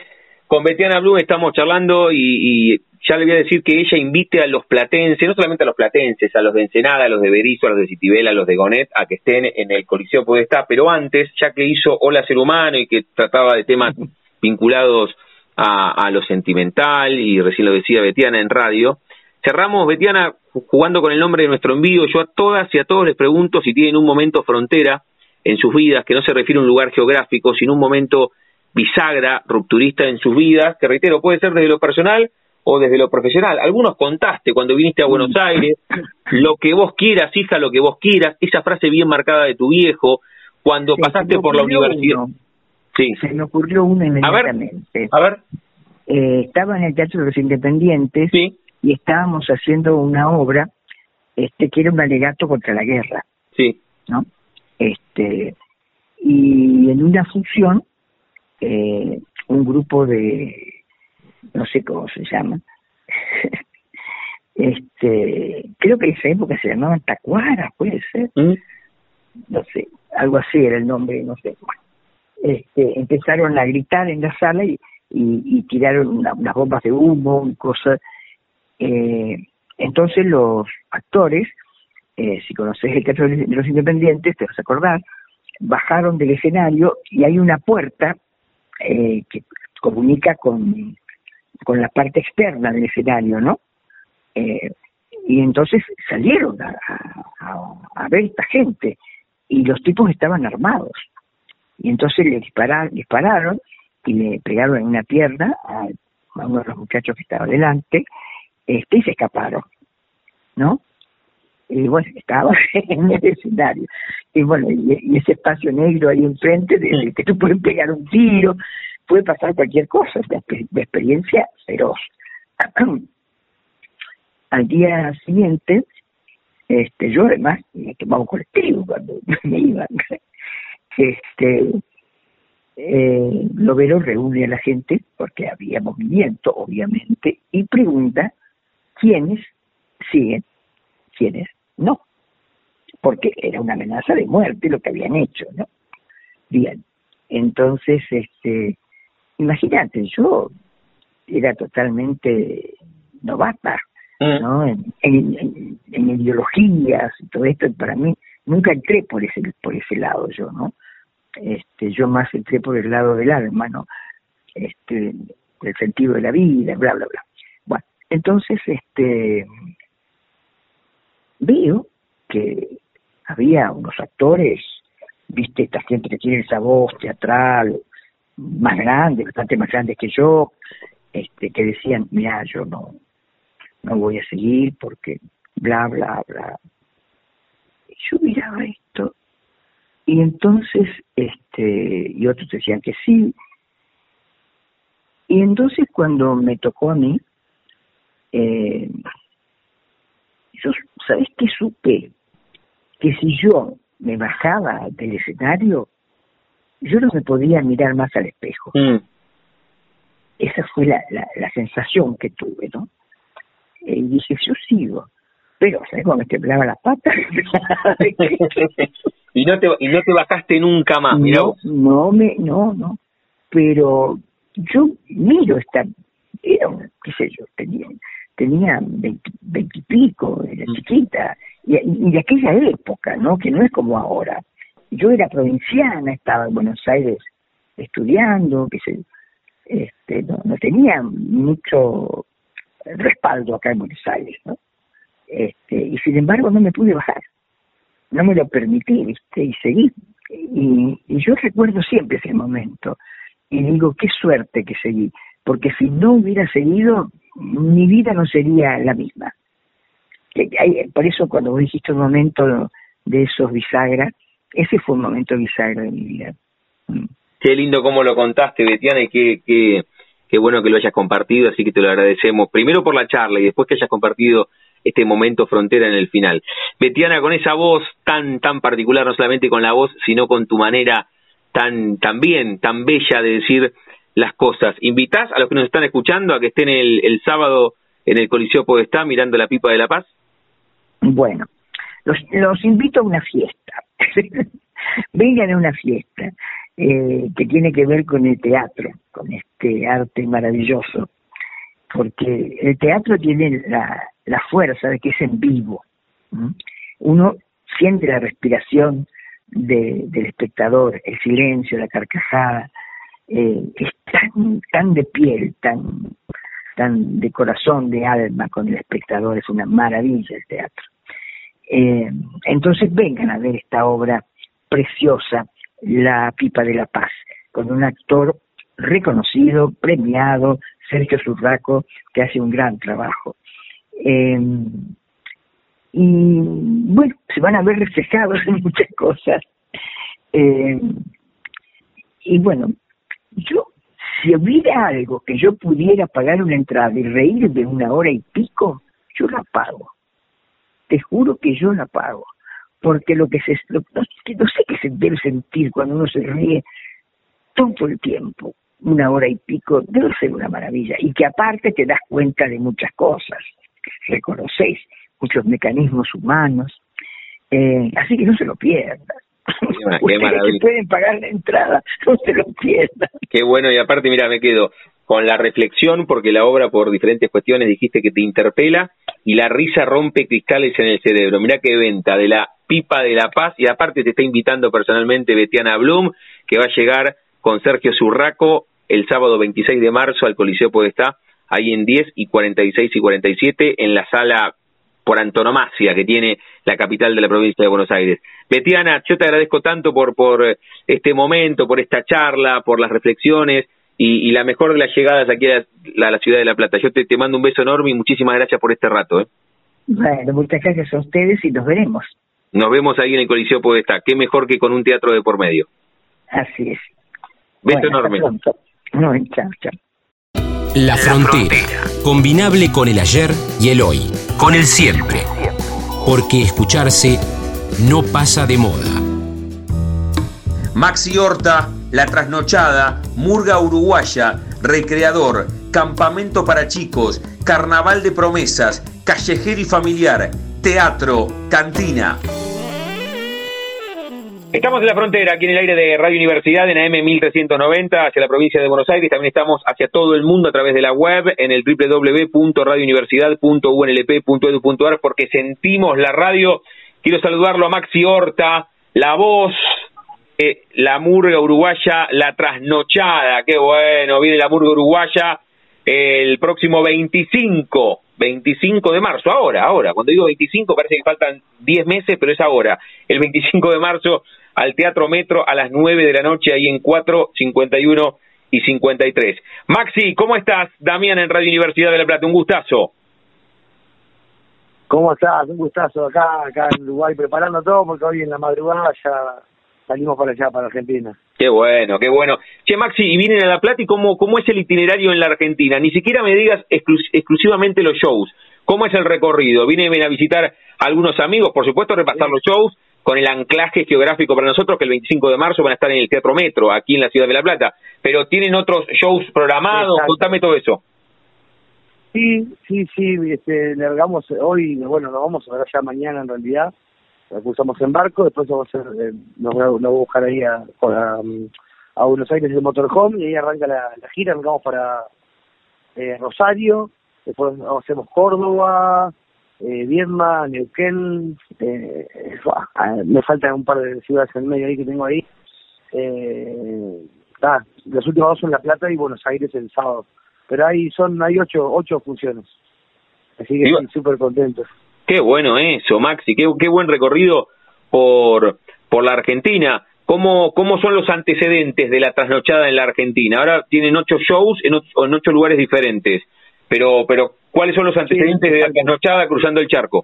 Con Betiana Blum estamos charlando y, y ya le voy a decir que ella invite a los platenses, no solamente a los platenses, a los de Ensenada, a los de Berisso, a los de Citibel, a los de Gonet, a que estén en el Coliseo Podestá, pero antes, ya que hizo Hola Ser Humano y que trataba de temas vinculados a, a lo sentimental, y recién lo decía Betiana en radio, cerramos, Betiana, jugando con el nombre de nuestro envío. Yo a todas y a todos les pregunto si tienen un momento frontera en sus vidas, que no se refiere a un lugar geográfico, sino un momento bisagra, rupturista en sus vidas, que reitero, puede ser desde lo personal o desde lo profesional. Algunos contaste cuando viniste a Buenos Aires, lo que vos quieras, hija, lo que vos quieras, esa frase bien marcada de tu viejo, cuando sí, pasaste por la universidad. Uno. Sí. Se me ocurrió uno inmediatamente. A ver. A ver. Eh, estaba en el Teatro de los Independientes, sí, y estábamos haciendo una obra este que era un alegato contra la guerra. Sí. ¿No? Este, y en una función, eh, un grupo de, no sé cómo se llama, este, creo que en esa época se llamaban tacuaras, puede ser, ¿Mm? no sé, algo así era el nombre, no sé. Bueno, este, empezaron a gritar en la sala y, y, y tiraron una, unas bombas de humo y cosas. Eh, entonces los actores, eh, si conoces el Teatro de los Independientes, te vas a acordar, bajaron del escenario y hay una puerta eh, que comunica con, con la parte externa del escenario, ¿no? Eh, y entonces salieron a, a, a ver esta gente y los tipos estaban armados. Y entonces le dispararon, dispararon y le pegaron en una pierna a, a uno de los muchachos que estaba delante, este, y se escaparon, ¿no? Y bueno, estaba en el escenario. Y bueno, y, y ese espacio negro ahí enfrente, de, de que tú puedes pegar un tiro, puede pasar cualquier cosa, de, de experiencia feroz. Al día siguiente, este, yo además me tomaba un colectivo cuando me iban. Este, eh, Lovero reúne a la gente, porque había movimiento, obviamente, y pregunta quiénes siguen, quiénes no, porque era una amenaza de muerte lo que habían hecho, ¿no? Bien, entonces, este, imagínate, yo era totalmente novata, ¿no? En, en, en, en ideologías y todo esto, para mí nunca entré por ese por ese lado yo, ¿no? Este, yo más entré por el lado del alma, ¿no? Este, del sentido de la vida, bla, bla, bla. Bueno, entonces, este, veo que había unos actores, viste, esta gente que tiene esa voz teatral más grande, bastante más grande que yo, este, que decían, mira, yo no, no voy a seguir porque bla, bla, bla. Y yo miraba esto, y entonces, este, y otros decían que sí, y entonces cuando me tocó a mí, eh, yo, ¿sabes qué supe? Que si yo me bajaba del escenario, yo no me podía mirar más al espejo. Mm. Esa fue la, la, la sensación que tuve, ¿no? Y dije, yo sigo. Pero, ¿sabes cómo me temblaba las patas? y no te y no te bajaste nunca más, mirá no, vos. No, me, no, no. Pero yo miro esta... Era, un, qué sé yo, tenía... tenía veinte y pico, era chiquita, y, y de aquella época, ¿no? Que no es como ahora. Yo era provinciana, estaba en Buenos Aires estudiando, que se, este, no, no tenía mucho respaldo acá en Buenos Aires, ¿no? Este, y sin embargo no me pude bajar, no me lo permití, ¿viste? Y seguí. Y, y yo recuerdo siempre ese momento, y digo, qué suerte que seguí, porque si no hubiera seguido, mi vida no sería la misma. Por eso cuando vos dijiste un momento de esos bisagra, ese fue un momento bisagra de mi vida. Qué lindo cómo lo contaste, Betiana, y qué, qué, qué bueno que lo hayas compartido, así que te lo agradecemos, primero por la charla y después que hayas compartido este momento frontera en el final. Betiana, con esa voz tan tan particular, no solamente con la voz, sino con tu manera tan, tan bien, tan bella de decir las cosas. ¿Invitás a los que nos están escuchando a que estén el, el sábado en el Coliseo Podestá mirando la Pipa de la Paz? Bueno, los, los invito a una fiesta. Vengan a una fiesta eh, que tiene que ver con el teatro, con, que arte maravilloso, porque el teatro tiene la, la fuerza de que es en vivo. ¿Mm? Uno siente la respiración de, del espectador, el silencio, la carcajada, eh, es tan, tan de piel, tan, tan de corazón, de alma con el espectador, es una maravilla el teatro. Eh, entonces vengan a ver esta obra preciosa, La Pipa de la Paz, con un actor reconocido, premiado, Sergio Zurraco, que hace un gran trabajo. Eh, y bueno, se van a ver reflejados en muchas cosas. Eh, y bueno, yo, si hubiera algo que yo pudiera pagar una entrada y reírme una hora y pico, yo la pago. Te juro que yo la pago. Porque lo que se, lo, no, no sé qué se debe sentir cuando uno se ríe todo el tiempo, una hora y pico, debe ser una maravilla. Y que aparte te das cuenta de muchas cosas, reconocéis muchos mecanismos humanos, eh, así que no se lo pierdan. Qué Ustedes que pueden pagar la entrada, no se lo pierdan. Qué bueno, y aparte, mira, me quedo con la reflexión, porque la obra por diferentes cuestiones dijiste que te interpela, y la risa rompe cristales en el cerebro. Mirá qué venta de La Pipa de la Paz, y aparte te está invitando personalmente Betiana Blum, que va a llegar con Sergio Zurraco el sábado veintiséis de marzo al Coliseo Podestá, ahí en diez y cuarenta y seis y cuarenta y siete, en la sala por antonomasia que tiene la capital de la provincia de Buenos Aires. Betiana, yo te agradezco tanto por, por este momento, por esta charla, por las reflexiones, y, y la mejor de las llegadas aquí a la, a la ciudad de La Plata. Yo te, te mando un beso enorme y muchísimas gracias por este rato. ¿eh? Bueno, muchas gracias a ustedes y nos veremos. Nos vemos ahí en el Coliseo Podestá. Qué mejor que con un teatro de por medio. Así es. Beso bueno, enorme. No, chao, chao. La frontera, combinable con el ayer y el hoy, con el siempre. Porque escucharse no pasa de moda. Maxi Horta, La Trasnochada, Murga Uruguaya, Recreador, Campamento para Chicos, Carnaval de Promesas, Callejero y Familiar, Teatro, Cantina. Estamos en la frontera, aquí en el aire de Radio Universidad, en A M mil trescientos noventa, hacia la provincia de Buenos Aires. También estamos hacia todo el mundo a través de la web, en el doble u doble u doble u punto radio universidad punto u n l p punto e d u punto a r, porque sentimos la radio. Quiero saludarlo a Maxi Horta, la voz, eh, la Murga Uruguaya, La Trasnochada. Qué bueno, viene la Murga Uruguaya el próximo veinticinco de marzo, ahora, ahora, cuando digo veinticinco parece que faltan diez meses, pero es ahora, el veinticinco de marzo al Teatro Metro a las nueve de la noche, ahí en cuatro, cincuenta y uno y cincuenta y tres. Maxi, ¿cómo estás? Damián en Radio Universidad de La Plata, un gustazo. ¿Cómo estás? Un gustazo acá, acá en Uruguay, preparando todo, porque hoy en la madrugada ya salimos para allá, para Argentina. Qué bueno, qué bueno. Che, Maxi, y vienen a La Plata, ¿y cómo, cómo es el itinerario en la Argentina? Ni siquiera me digas exclus- exclusivamente los shows. ¿Cómo es el recorrido? Vienen a visitar a algunos amigos, por supuesto, repasar sí. los shows, con el anclaje geográfico para nosotros, que el veinticinco de marzo van a estar en el Teatro Metro, aquí en la ciudad de La Plata. Pero ¿tienen otros shows programados? Exacto. Contame todo eso. Sí, sí, sí, este, largamos hoy, bueno, nos vamos a ver ya mañana en realidad. Cruzamos en barco, después vamos a hacer, eh, nos, nos voy a buscar ahí a, a, a Buenos Aires el motorhome, y ahí arranca la, la gira, nos vamos para eh, Rosario, después hacemos Córdoba, eh, Viedma, Neuquén, eh, eh, me faltan un par de ciudades en medio ahí que tengo ahí. Eh, ah, las últimas dos son La Plata y Buenos Aires el sábado, pero ahí son hay ocho ocho funciones, así que estoy súper contento. Qué bueno eso, Maxi, qué, qué buen recorrido por por la Argentina. ¿Cómo cómo son los antecedentes de La Trasnochada en la Argentina? Ahora tienen ocho shows en ocho, en ocho lugares diferentes, pero pero ¿cuáles son los antecedentes sí, de La Trasnochada cruzando el charco?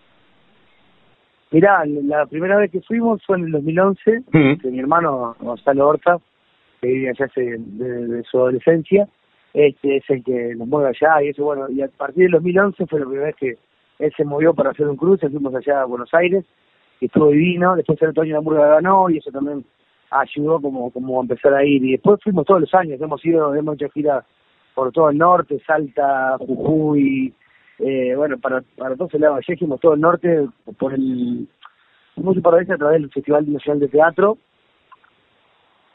Mirá, la primera vez que fuimos fue en el dos mil once, uh-huh. que mi hermano Gonzalo Horta, que vive allá hace de, de su adolescencia, este es el que nos mueve allá, y eso, bueno, y a partir del dos mil once fue la primera vez que él se movió para hacer un cruce, fuimos allá a Buenos Aires, y estuvo divino. Después el otro año la Murga ganó, y eso también ayudó como, como a empezar a ir. Y después fuimos todos los años, hemos ido, hemos hecho gira por todo el norte, Salta, Jujuy, eh, bueno, para para todos el lado, allá hicimos todo el norte, por el, fuimos un par de veces a través del Festival Nacional de Teatro,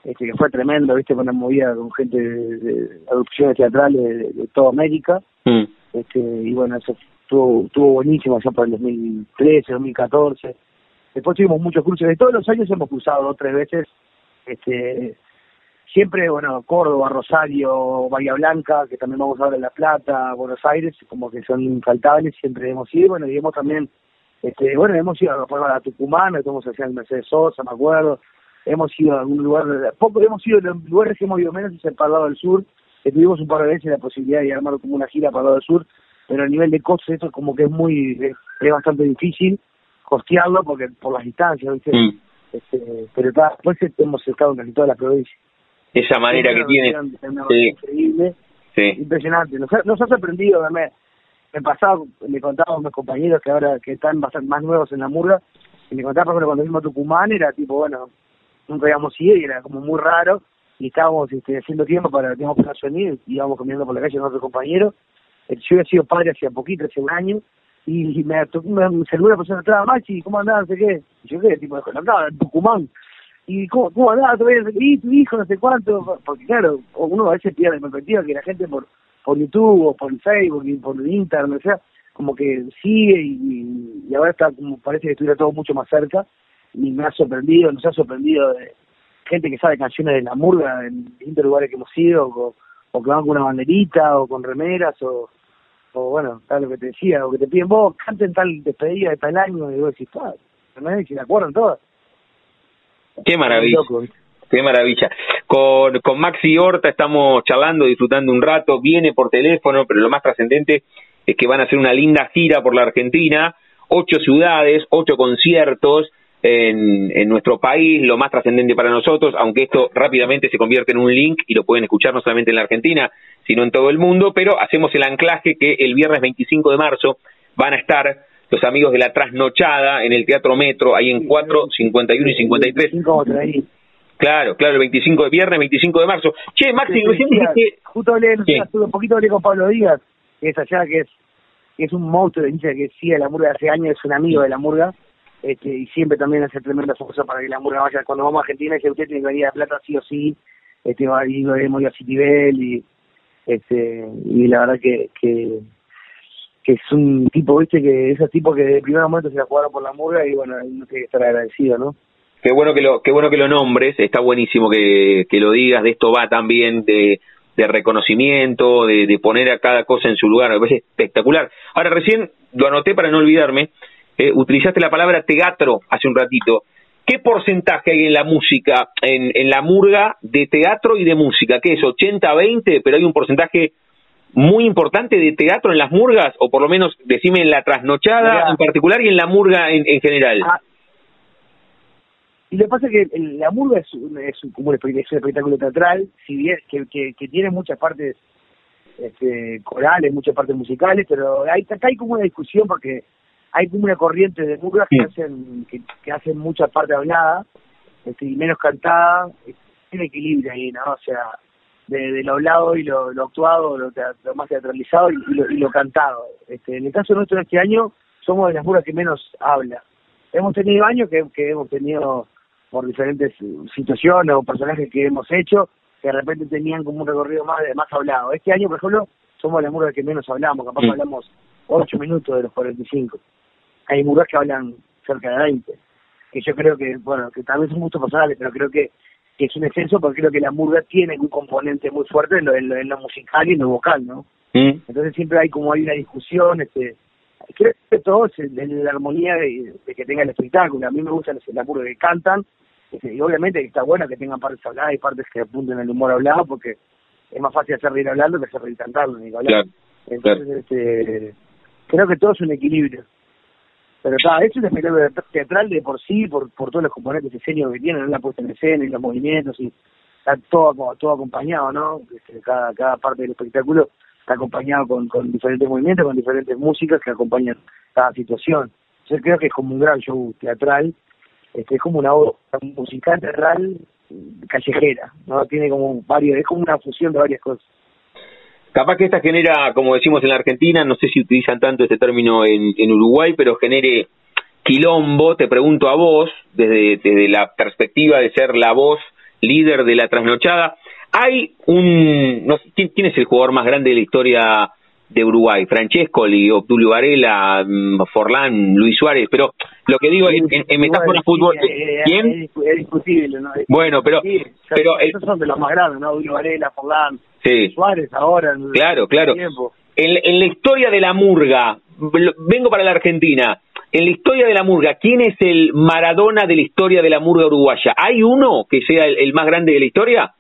este, que fue tremendo, viste, con una movida con gente de, de adopciones teatrales de, de, de toda América. Mm. Este, y bueno, eso estuvo, estuvo buenísimo allá por el dos mil trece, dos mil catorce. Después tuvimos muchos cruces, de todos los años hemos cruzado dos, tres veces, este, siempre, bueno, Córdoba, Rosario, Bahía Blanca, que también vamos ahora en La Plata, Buenos Aires, como que son infaltables, siempre hemos ido, bueno, y hemos también, este, bueno, hemos ido a, a Tucumán, estamos hacia el Mercedes Sosa, me acuerdo, hemos ido a algún lugar, poco hemos ido, los lugares que hemos ido menos es el para el lado del sur, que tuvimos un par de veces la posibilidad de armar como una gira para el lado del sur, pero a nivel de costos esto como que es muy, es, es bastante difícil costearlo porque por las distancias, ¿viste? Mm. Este, pero ta, después hemos estado en casi todas las provincias. Esa manera que tiene, sí. Increíble, sí. Impresionante, nos ha, nos ha sorprendido, me, me pasaba, me contaban mis compañeros que ahora que están bastante más nuevos en la murga, y me contaban, por ejemplo, cuando vimos a Tucumán, era tipo, bueno, nunca habíamos ido y era como muy raro, y estábamos este, haciendo tiempo para, teníamos que sonido, y íbamos caminando por la calle con otros compañeros. Yo había sido padre hacía poquito, hace un año, y me tocó me, me saludó una persona atrás, Maxi, ¿cómo andás? No sé qué. Y yo qué, tipo, andaba en Tucumán. Y ¿cómo, cómo andás? Y tu hijo, no sé cuánto. Porque claro, uno a veces pierde de perspectiva que la gente por por YouTube o por Facebook y por Instagram, o sea, como que sigue y, y ahora está como parece que estuviera todo mucho más cerca. Y me ha sorprendido, nos ha sorprendido de gente que sabe canciones de la murga en distintos lugares que hemos ido, o, o que van con una banderita, o con remeras, o... o bueno, tal lo que te decía, o que te piden vos, canten tal despedida de tal año, y vos decís, ah, no, si se acuerdan todas. Qué maravilla, qué maravilla. Con, con Maxi Horta estamos charlando, disfrutando un rato, viene por teléfono, pero lo más trascendente es que van a hacer una linda gira por la Argentina, ocho ciudades, ocho conciertos en, en nuestro país, lo más trascendente para nosotros, aunque esto rápidamente se convierte en un link y lo pueden escuchar no solamente en la Argentina, sino en todo el mundo, pero hacemos el anclaje que el viernes veinticinco de marzo van a estar los amigos de La Trasnochada en el Teatro Metro, ahí en cuatro, cincuenta y uno y cincuenta y tres. Claro, claro, el veinticinco de viernes, veinticinco de marzo. Che, Maxi, recién dijiste... Justo hablé, no sé, un poquito hablé con Pablo Díaz, que es allá, que es, que es un monstruo, dice que sigue la murga hace años, es un amigo de la murga, este, y siempre también hace tremenda esfuerzo para que la murga vaya. Cuando vamos a Argentina, dice, usted tiene que venir a Plata sí o sí, este, va a ir a Citibel, y este y la verdad que, que que es un tipo, viste, que esos tipos que de primer momento se la jugaron por la murga y bueno, uno tiene que estar agradecido, ¿no? Qué bueno que lo qué bueno que lo nombres, está buenísimo que, que lo digas, de esto va también de, de reconocimiento, de, de poner a cada cosa en su lugar, me parece espectacular. Ahora recién lo anoté para no olvidarme, eh, utilizaste la palabra teatro hace un ratito. ¿Qué porcentaje hay en la música, en, en la murga, de teatro y de música? ¿Qué es? ¿ochenta veinte? ¿Pero hay un porcentaje muy importante de teatro en las murgas? O por lo menos, decime, en La Trasnochada Mira, en particular y en la murga en, en general. Ah, y lo que pasa es que el, la murga es, un, es, un, como un espectáculo teatral, si bien que, que, que tiene muchas partes este, corales, muchas partes musicales, pero hay, acá hay como una discusión porque hay como una corriente de murgas que hacen que, que hacen mucha parte hablada este, y menos cantada. Tiene equilibrio ahí, ¿no? O sea, de, de lo hablado y lo, lo actuado, lo, lo más teatralizado y, y, lo, y lo cantado. Este, en el caso nuestro este año somos de las murgas que menos habla. Hemos tenido años que, que hemos tenido por diferentes situaciones o personajes que hemos hecho que de repente tenían como un recorrido más de más hablado. Este año, por ejemplo, somos las murgas que menos hablamos, capaz mm. hablamos ocho minutos de los cuarenta y cinco. Hay murgas que hablan cerca de veinte, que yo creo que, bueno, que también son gustos personales, pero creo que, que es un exceso porque creo que la murga tiene un componente muy fuerte en lo, en lo, en lo musical y en lo vocal, ¿no? Mm. Entonces siempre hay como hay una discusión, este, creo que todo es en la armonía de, de que tenga el espectáculo. A mí me gustan las murgas que cantan, este, y obviamente está bueno que tengan partes habladas y partes que apunten al humor hablado, porque es más fácil hacer reír hablando que hacer reír cantando, ni hablar. Claro. Entonces, claro. este, creo que todo es un equilibrio. Pero está, es un espectáculo teatral de por sí, por por todos los componentes escénicos que tienen, la puesta en escena y los movimientos, y está todo, todo acompañado, ¿no? Este, cada, cada parte del espectáculo está acompañado con, con diferentes movimientos, con diferentes músicas que acompañan cada situación. Yo creo que es como un gran show teatral, este, es como una obra musical teatral callejera, ¿no? Tiene como varios, es como una fusión de varias cosas. Capaz que esta genera, como decimos en la Argentina, no sé si utilizan tanto este término en, en Uruguay, pero genere quilombo. Te pregunto a vos, desde, desde la perspectiva de ser la voz líder de la trasnochada. Hay un... No sé, ¿quién, ¿quién es el jugador más grande de la historia de Uruguay? Francescoli, Obdulio Varela, Forlán, Luis Suárez, pero lo que digo en, en, en metáfora fútbol, ¿quién? Es discutible, ¿no? Bueno, pero... Sí, pero esos son de los más grandes, ¿no? Obdulio Varela, Forlán, sí. Suárez ahora. En claro, claro. Tiempo. En, en la historia de la murga, vengo para la Argentina, en la historia de la murga, ¿quién es el Maradona de la historia de la murga uruguaya? ¿Hay uno que sea el, el más grande de la historia?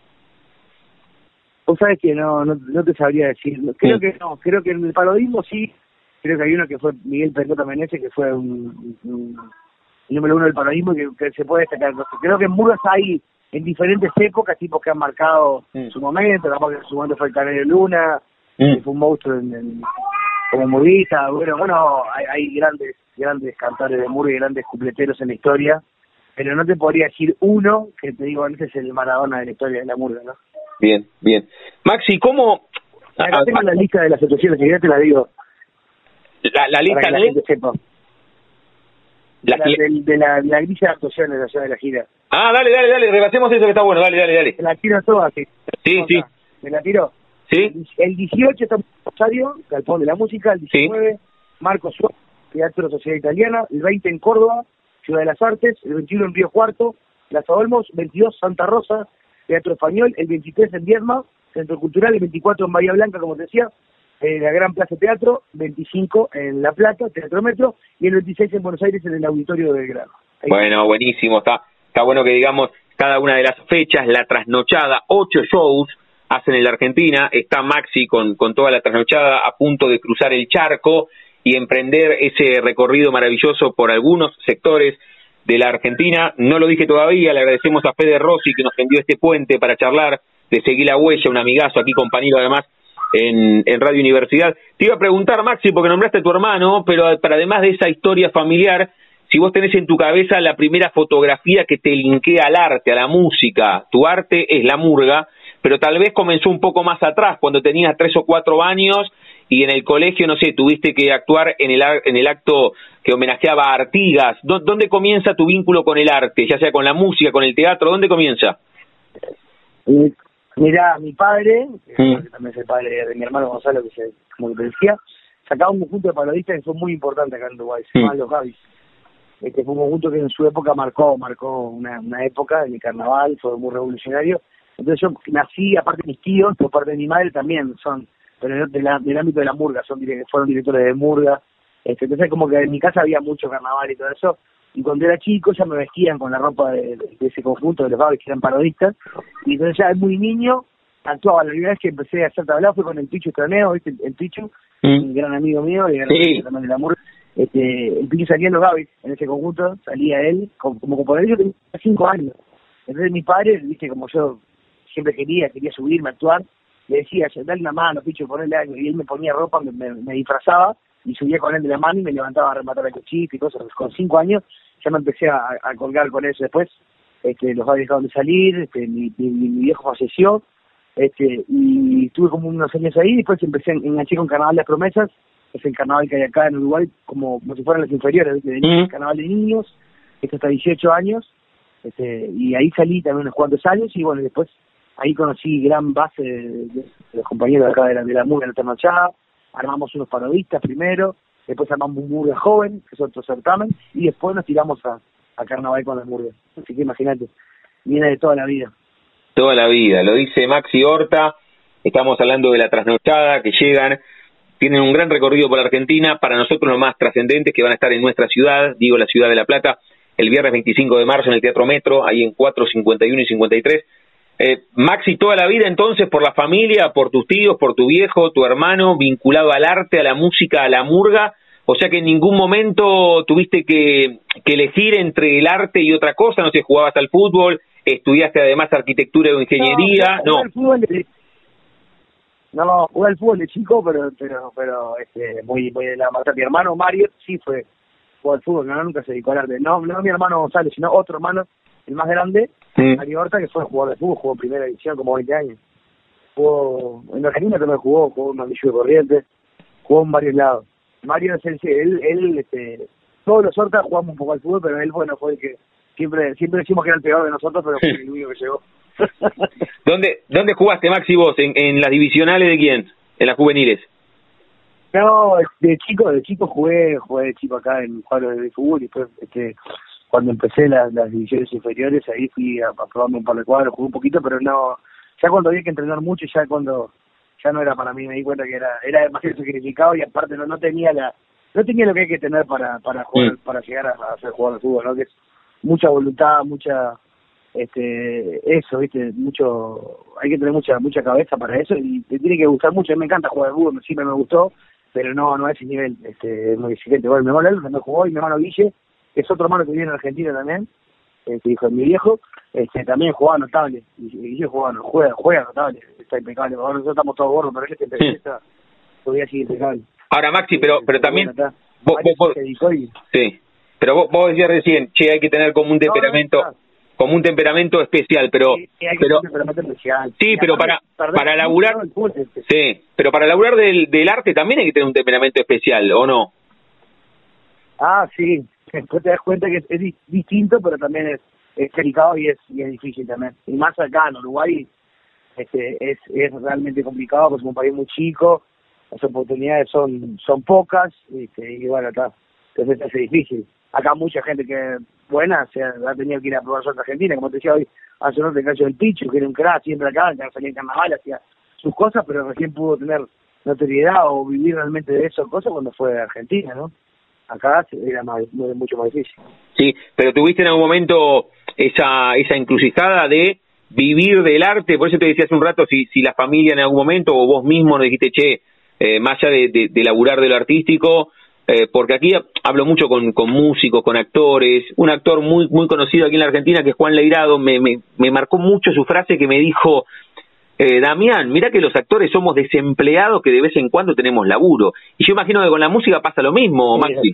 Vos sabés que no, no, no te sabría decir. Creo sí. que no, creo que en el parodismo sí. Creo que hay uno que fue Miguel Pelota Meneses, que fue un, un, el número uno del parodismo y que, que se puede destacar. Creo que en murgas hay en diferentes épocas tipos que han marcado mm. su momento. Capaz que en su momento fue el Canario Luna, mm. que fue un monstruo en, en, como murguista. Bueno, bueno, hay, hay grandes grandes cantores de murga y grandes cupleteros en la historia, pero no te podría decir uno que te digo, ese es el Maradona de la historia de la murga, ¿no? Bien, bien. Maxi, ¿cómo...? Acá tengo la lista de las actuaciones, que ya te la digo. La, la lista de... La, sepa. La, la, de, de la, la grilla de actuaciones de allá de la gira. Ah, dale, dale, dale, repasemos eso que está bueno, dale, dale, dale. Me la tiro toda, sí. Sí, sí. ¿Me la tiro? Sí. El dieciocho está en Rosario, Galpón de la Música. El diecinueve, sí. Marcos Suárez, Teatro Sociedad Italiana. El veinte en Córdoba, Ciudad de las Artes. El veintiuno en Río Cuarto, Plaza Olmos. veintidós, Santa Rosa, Teatro Español. El veintitrés en Viedma, Centro Cultural. El veinticuatro en Bahía Blanca, como te decía, eh, la Gran Plaza Teatro. veinticinco en La Plata, Teatro Metro. Y el veintiséis en Buenos Aires, en el Auditorio de Belgrano. Ahí bueno, buenísimo. Está, está bueno que digamos cada una de las fechas, la trasnochada, ocho shows hacen en la Argentina. Está Maxi con, con toda la trasnochada a punto de cruzar el charco y emprender ese recorrido maravilloso por algunos sectores de la Argentina. No lo dije todavía, le agradecemos a Fede Rossi que nos envió este puente para charlar de Seguí la Huella, un amigazo aquí, compañero además en, en Radio Universidad. Te iba a preguntar, Maxi, porque nombraste a tu hermano, pero para además de esa historia familiar, si vos tenés en tu cabeza la primera fotografía que te linkea al arte, a la música. Tu arte es la murga, pero tal vez comenzó un poco más atrás, cuando tenías tres o cuatro años y en el colegio, no sé, tuviste que actuar en el en el acto que homenajeaba a Artigas. ¿Dónde comienza tu vínculo con el arte? Ya sea con la música, con el teatro, ¿dónde comienza? Mirá, mi padre, mm. que también es el padre de mi hermano Gonzalo, que se, como te decía, sacaba un conjunto de parodistas que fue muy importante acá en Uruguay, se llamaban mm. Los Gavis. Este fue un conjunto que en su época marcó, marcó una, una época en el carnaval, fue muy revolucionario. Entonces yo nací, aparte de mis tíos, por parte de mi madre también son, pero de la, del ámbito de la murga, son fueron directores de murga. Este, entonces como que en mi casa había mucho carnaval y todo eso, y cuando era chico ya me vestían con la ropa de, de ese conjunto de los Gavis, que eran parodistas, y entonces ya muy niño actuaba. La primera vez que empecé a hacer tablao fue con el Pichu Estraneo, ¿viste? El Pichu, mm. un gran amigo mío, y gran sí. amigo también de la murga. Este, el Pichu salía en los Gavis, en ese conjunto, salía él, como, como por ello tenía cinco años. Entonces mi padre, viste, como yo siempre quería, quería subirme a actuar, le decía, dale una mano, Pichu, ponele algo, y él me ponía ropa, me, me, me disfrazaba, y subía con él de la mano y me levantaba a rematar el cuchillo y cosas. Con cinco años ya me empecé a, a colgar con eso. Después este, los Gavis dejaron de salir, este, mi, mi, mi viejo falleció, este, y estuve como unos años ahí. Después empecé a enganché con Carnaval de las Promesas, es el carnaval que hay acá en Uruguay, como, como si fueran las inferiores, ¿viste? De niños, mm. carnaval de niños, esto hasta dieciocho años, este, y ahí salí también unos cuantos años, y bueno, después ahí conocí gran base de, de, de los compañeros de acá de la, de la murga en la trasnochada. Armamos unos parodistas primero, después armamos un murga joven, que es otro certamen, y después nos tiramos a, a carnaval con las murgas. Así que imagínate, viene de toda la vida. Toda la vida, lo dice Maxi Horta. Estamos hablando de la trasnochada, que llegan, tienen un gran recorrido por la Argentina. Para nosotros lo más trascendente es que van a estar en nuestra ciudad, digo la ciudad de La Plata, el viernes veinticinco de marzo en el Teatro Metro, ahí en cuatro cincuenta y uno y cincuenta y tres. Eh, Maxi, toda la vida entonces por la familia, por tus tíos, por tu viejo, tu hermano, vinculado al arte, a la música, a la murga, o sea que en ningún momento tuviste que, que elegir entre el arte y otra cosa, no sé, jugabas al fútbol, estudiaste además arquitectura o ingeniería, no. No, no, no jugué al fútbol de chico, pero pero pero este muy muy de la mata. Mi hermano Mario sí fue, jugó al fútbol, no, nunca se dedicó al arte, no, no mi hermano Gonzalo, sino otro hermano, el más grande, sí. Mario Horta, que fue jugador de fútbol, jugó en primera división como veinte años. Jugó en Argentina también jugó, jugó en Mandillo de Corrientes, jugó en varios lados. Mario es el, él, él este, todos los Horta jugamos un poco al fútbol, pero él bueno fue el que, siempre siempre decimos que era el peor de nosotros, pero fue el único que llegó. ¿Dónde dónde jugaste, Maxi, vos? ¿En, en las divisionales de quién? ¿En las juveniles? No, de chico, de chico jugué, jugué de chico acá en cuadros de fútbol y después este, cuando empecé las, las divisiones inferiores ahí fui a, a probarme un par de cuadros, jugué un poquito, pero no, ya cuando había que entrenar mucho, ya cuando ya no era para mí, me di cuenta que era era demasiado sacrificado y aparte no no tenía la no tenía lo que hay que tener para para jugar, mm. para llegar a, a ser jugador de fútbol, ¿no? Que es mucha voluntad, mucha este eso, viste, mucho hay que tener mucha mucha cabeza para eso y te tiene que gustar mucho. A mí me encanta jugar al fútbol, siempre me gustó, pero no no a ese nivel, este es muy exigente. Bueno, mi hermano Lalo también jugó y mi hermano Guille, que es otro hermano que vive en Argentina también, este hijo de mi viejo, este también jugaba notable y, y Guille jugaba, juega, juega notable, está impecable. Ahora nosotros estamos todos gordos, pero él está impecable, todavía sigue impecable. Ahora, Maxi, pero pero también bueno, vos, vos, vos, y... sí, pero vos, vos decías recién, che, hay que tener como un temperamento no, no, no. como un temperamento especial, pero sí, sí, pero especial. sí, pero para para laburar sí, pero para laburar del del arte también hay que tener un temperamento especial, ¿o no? Ah, sí, después te das cuenta que es, es distinto, pero también es es delicado y es y es difícil también. Y más acá en Uruguay este es es realmente complicado porque es un país muy chico, las oportunidades son son pocas este, y bueno, acá entonces es difícil. Acá mucha gente que buena se ha, ha tenido que ir a probar suerte a Argentina, como te decía hoy, hace un otro caso del Pichu, que era un crack siempre acá, que salía en carnaval, hacía sus cosas, pero recién pudo tener notoriedad o vivir realmente de eso, cosas cuando fue a Argentina, ¿no? Acá era más, mucho más difícil. Sí, pero tuviste en algún momento esa esa encrucijada de vivir del arte, por eso te decía hace un rato si si la familia en algún momento o vos mismo nos dijiste, che, eh, más allá de, de, de laburar de lo artístico, Eh, porque aquí hablo mucho con, con músicos, con actores. Un actor muy muy conocido aquí en la Argentina, que es Juan Leirado, me, me, me marcó mucho su frase que me dijo, eh, Damián, mirá que los actores somos desempleados que de vez en cuando tenemos laburo. Y yo imagino que con la música pasa lo mismo, sí, Maxi.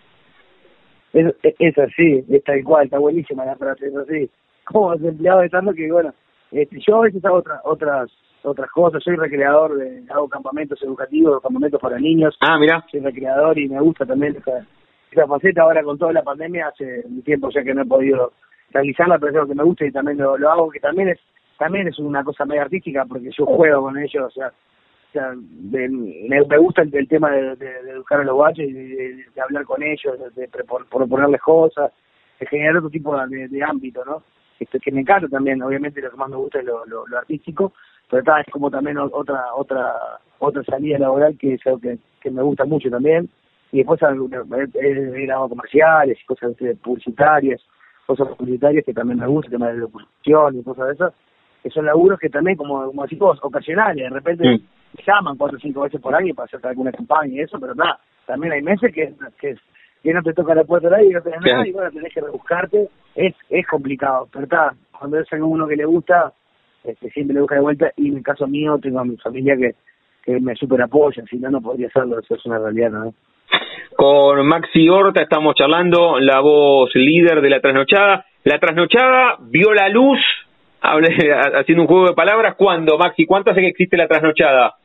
Es, es, es así, es tal cual, está buenísima la frase, es así. Como desempleado de tanto que, bueno, este, yo a veces hago otra, otras... otras cosas, soy recreador, de, hago campamentos educativos, campamentos para niños. Ah, mira. Soy recreador y me gusta también esa, esa faceta. Ahora con toda la pandemia hace un tiempo ya que no he podido realizarla, pero es algo que me gusta y también lo, lo hago, que también es también es una cosa medio artística porque yo juego con ellos, o sea, o sea de, me, me gusta el, el tema de, de, de educar a los guachos y de, de, de hablar con ellos, de, de, de proponerles cosas, de generar otro tipo de, de ámbito, ¿no? Esto, que me encanta también, obviamente lo que más me gusta es lo, lo, lo artístico, pero está, es como también otra otra otra salida laboral que es algo que, que me gusta mucho también. Y después he grabado comerciales y cosas publicitarias, cosas publicitarias que también me gustan, tema de locución y cosas de esas, que son laburos que también, como, como decís vos, ocasionales, de repente mm. me llaman cuatro o cinco veces por año para hacer alguna campaña y eso, pero nada, también hay meses que, que, que no te toca la puerta de nadie y no tenés sí. nada y bueno, tenés que rebuscarte, es es complicado, pero está, cuando es algo uno que le gusta, Este, siempre le busca de vuelta y en el caso mío tengo a mi familia que, que me super apoya, si no, no podría hacerlo, eso es una realidad, ¿no? Con Maxi Horta estamos charlando, la voz líder de La Trasnochada. La Trasnochada vio la luz, hablé, haciendo un juego de palabras, ¿cuándo, Maxi? ¿Cuánto hace que existe La Trasnochada?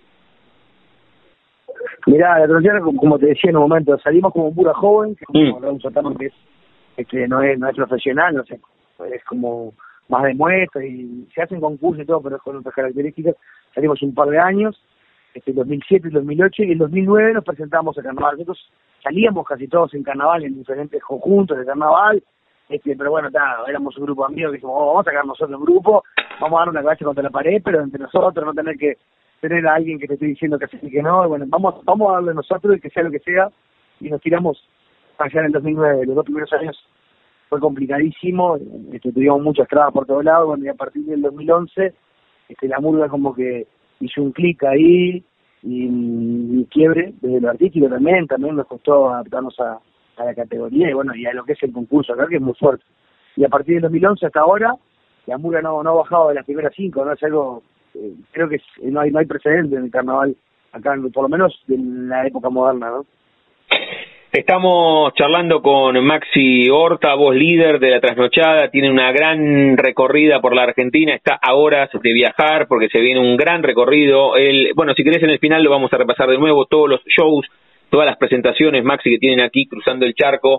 Mirá, La Trasnochada, como te decía en un momento, salimos como un pura joven, que como mm. un sotano que es, este, no es no es profesional, no sé, es como más de muestra y se hacen concursos y todo, pero con otras características. Salimos un par de años, este, el dos mil siete, el dos mil ocho y el dos mil nueve nos presentamos a carnaval. Nosotros salíamos casi todos en carnaval, en diferentes conjuntos de carnaval, este, pero bueno, tá, éramos un grupo de amigos que dijimos, oh, vamos a sacar nosotros un grupo, vamos a dar una cabeza contra la pared, pero entre nosotros, no tener que tener a alguien que te esté diciendo que sí y que no, y bueno, vamos, vamos a darle nosotros y que sea lo que sea, y nos tiramos allá en el dos mil nueve, los dos primeros años fue complicadísimo, este, tuvimos muchas trabas por todos lados, bueno, y a partir del dos mil once, este, la murga como que hizo un clic ahí, y, y quiebre desde lo artístico también, también nos costó adaptarnos a, a la categoría, y bueno, y a lo que es el concurso acá, que es muy fuerte. Y a partir del dos mil once hasta ahora, la murga no, no ha bajado de las primeras cinco, no es algo, eh, creo que es, no hay no hay precedente en el carnaval acá, por lo menos en la época moderna, ¿no? Estamos charlando con Maxi Horta, voz líder de La Trasnochada, tiene una gran recorrida por la Argentina, está a horas de viajar porque se viene un gran recorrido. El, bueno, si querés en el final lo vamos a repasar de nuevo, todos los shows, todas las presentaciones, Maxi, que tienen aquí cruzando el charco,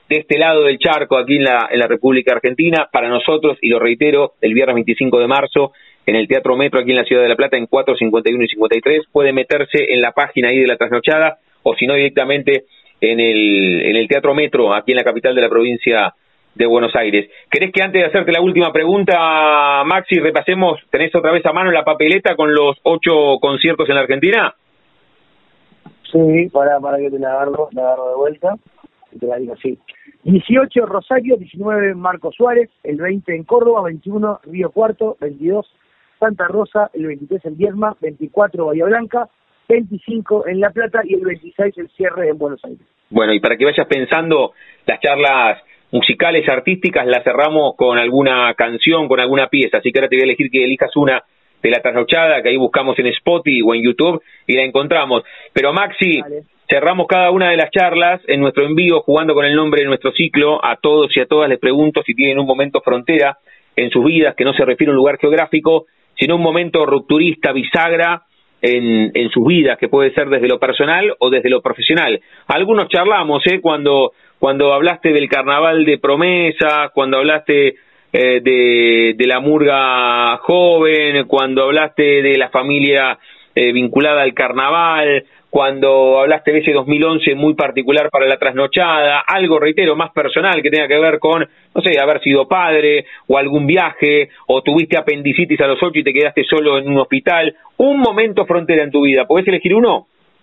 de este lado del charco, aquí en la, en la República Argentina, para nosotros, y lo reitero, el viernes veinticinco de marzo, en el Teatro Metro, aquí en la Ciudad de La Plata, en cuatro, cincuenta y uno y cincuenta y tres, puede meterse en la página ahí de La Trasnochada, o si no directamente en el, en el Teatro Metro, aquí en la capital de la provincia de Buenos Aires. ¿Querés que antes de hacerte la última pregunta, Maxi, repasemos, tenés otra vez a mano la papeleta con los ocho conciertos en la Argentina? Sí, para, para que te la agarro, la agarro de vuelta, y te la digo así. dieciocho Rosario, diecinueve Marco Suárez, el veinte en Córdoba, veintiuno Río Cuarto, veintidós Santa Rosa, el veintitrés en Viedma, veinticuatro Bahía Blanca, veinticinco en La Plata y el veintiséis el cierre en Buenos Aires. Bueno, y para que vayas pensando, las charlas musicales, artísticas, las cerramos con alguna canción, con alguna pieza, así que ahora te voy a elegir que elijas una de La Trasnochada, que ahí buscamos en Spotify o en YouTube y la encontramos. Pero Maxi, vale, cerramos cada una de las charlas en nuestro envío, jugando con el nombre de nuestro ciclo. A todos y a todas les pregunto si tienen un momento frontera en sus vidas, que no se refiere a un lugar geográfico, sino un momento rupturista, bisagra en, en sus vidas, que puede ser desde lo personal o desde lo profesional. Algunos charlamos, ¿eh? Cuando, cuando hablaste del carnaval de promesas, cuando hablaste eh, de, de la murga joven, cuando hablaste de la familia eh, vinculada al carnaval, cuando hablaste de ese dos mil once muy particular para La Trasnochada, algo, reitero, más personal que tenga que ver con, no sé, haber sido padre, o algún viaje, o tuviste apendicitis a los ocho y te quedaste solo en un hospital, un momento frontera en tu vida, ¿podés elegir uno?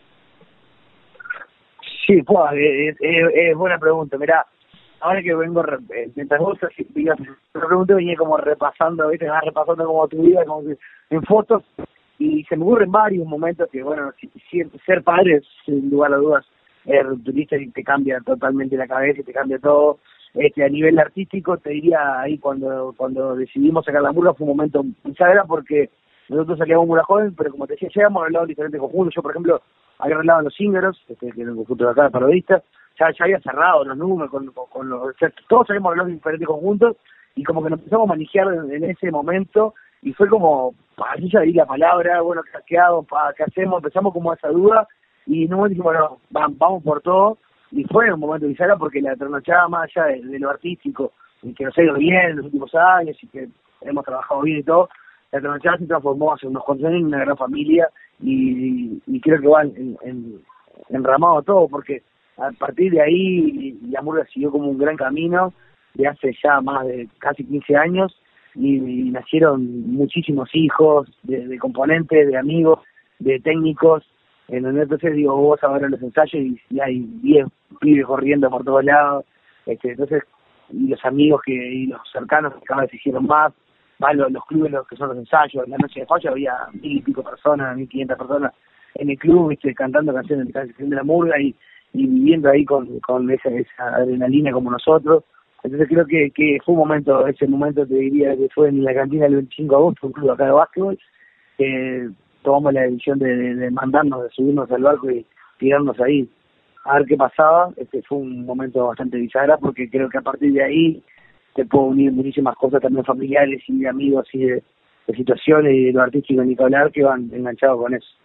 Sí, pues, es, es, es buena pregunta. Mirá, ahora que vengo, mientras vos me pregunté, venía como repasando, ¿viste? Vas repasando como tu vida, como que, en fotos, y se me ocurren varios momentos que, bueno, si, si, ser padre, sin lugar a dudas, es rupturista y te cambia totalmente la cabeza y te cambia todo. Este, a nivel artístico, te diría ahí cuando cuando decidimos sacar la murga fue un momento bisagra porque nosotros salíamos murga joven, pero como te decía, ya hemos arreglado en diferentes conjuntos. Yo, por ejemplo, había arreglado en Los Íngeros, este, que era un conjunto de acá, parodista, ya, ya había cerrado los números, con, con, con los, o sea, todos habíamos arreglado en diferentes conjuntos y como que nos empezamos a manejar en, en ese momento. Y fue como, así ya di la palabra, bueno, ¿qué, qué hago? ¿Qué hacemos? Empezamos como esa duda y en un momento dijimos, bueno, vamos, vamos por todo. Y fue un momento bisagra porque La Trasnochada, más allá de, de lo artístico, y que nos ha ido bien en los últimos años y que hemos trabajado bien y todo, La Trasnochada se transformó hace unos cuantos años en una gran familia y, y creo que va en, en, enramado todo porque a partir de ahí la murga siguió como un gran camino de hace ya más de casi quince años. Y, y nacieron muchísimos hijos de, de componentes, de amigos, de técnicos, en donde entonces digo, vos vas a ver los ensayos y, y hay diez pibes corriendo por todos lados, este, entonces, y los amigos que y los cercanos que cada vez se hicieron más, más los, los clubes, los que son los ensayos, la noche de fallo había mil y pico personas, mil quinientas personas en el club, viste, cantando canciones de canción de la murga y, y viviendo ahí con, con esa, esa adrenalina como nosotros. Entonces creo que, que fue un momento, ese momento te diría que fue en la cantina del veinticinco de agosto, un club acá de básquetbol, que tomamos la decisión de, de, de mandarnos, de subirnos al barco y tirarnos ahí a ver qué pasaba. Este fue un momento bastante bisagra porque creo que a partir de ahí te puedo unir muchísimas cosas también familiares y de amigos y de, de situaciones y de lo artístico ni que hablar que van enganchados con eso.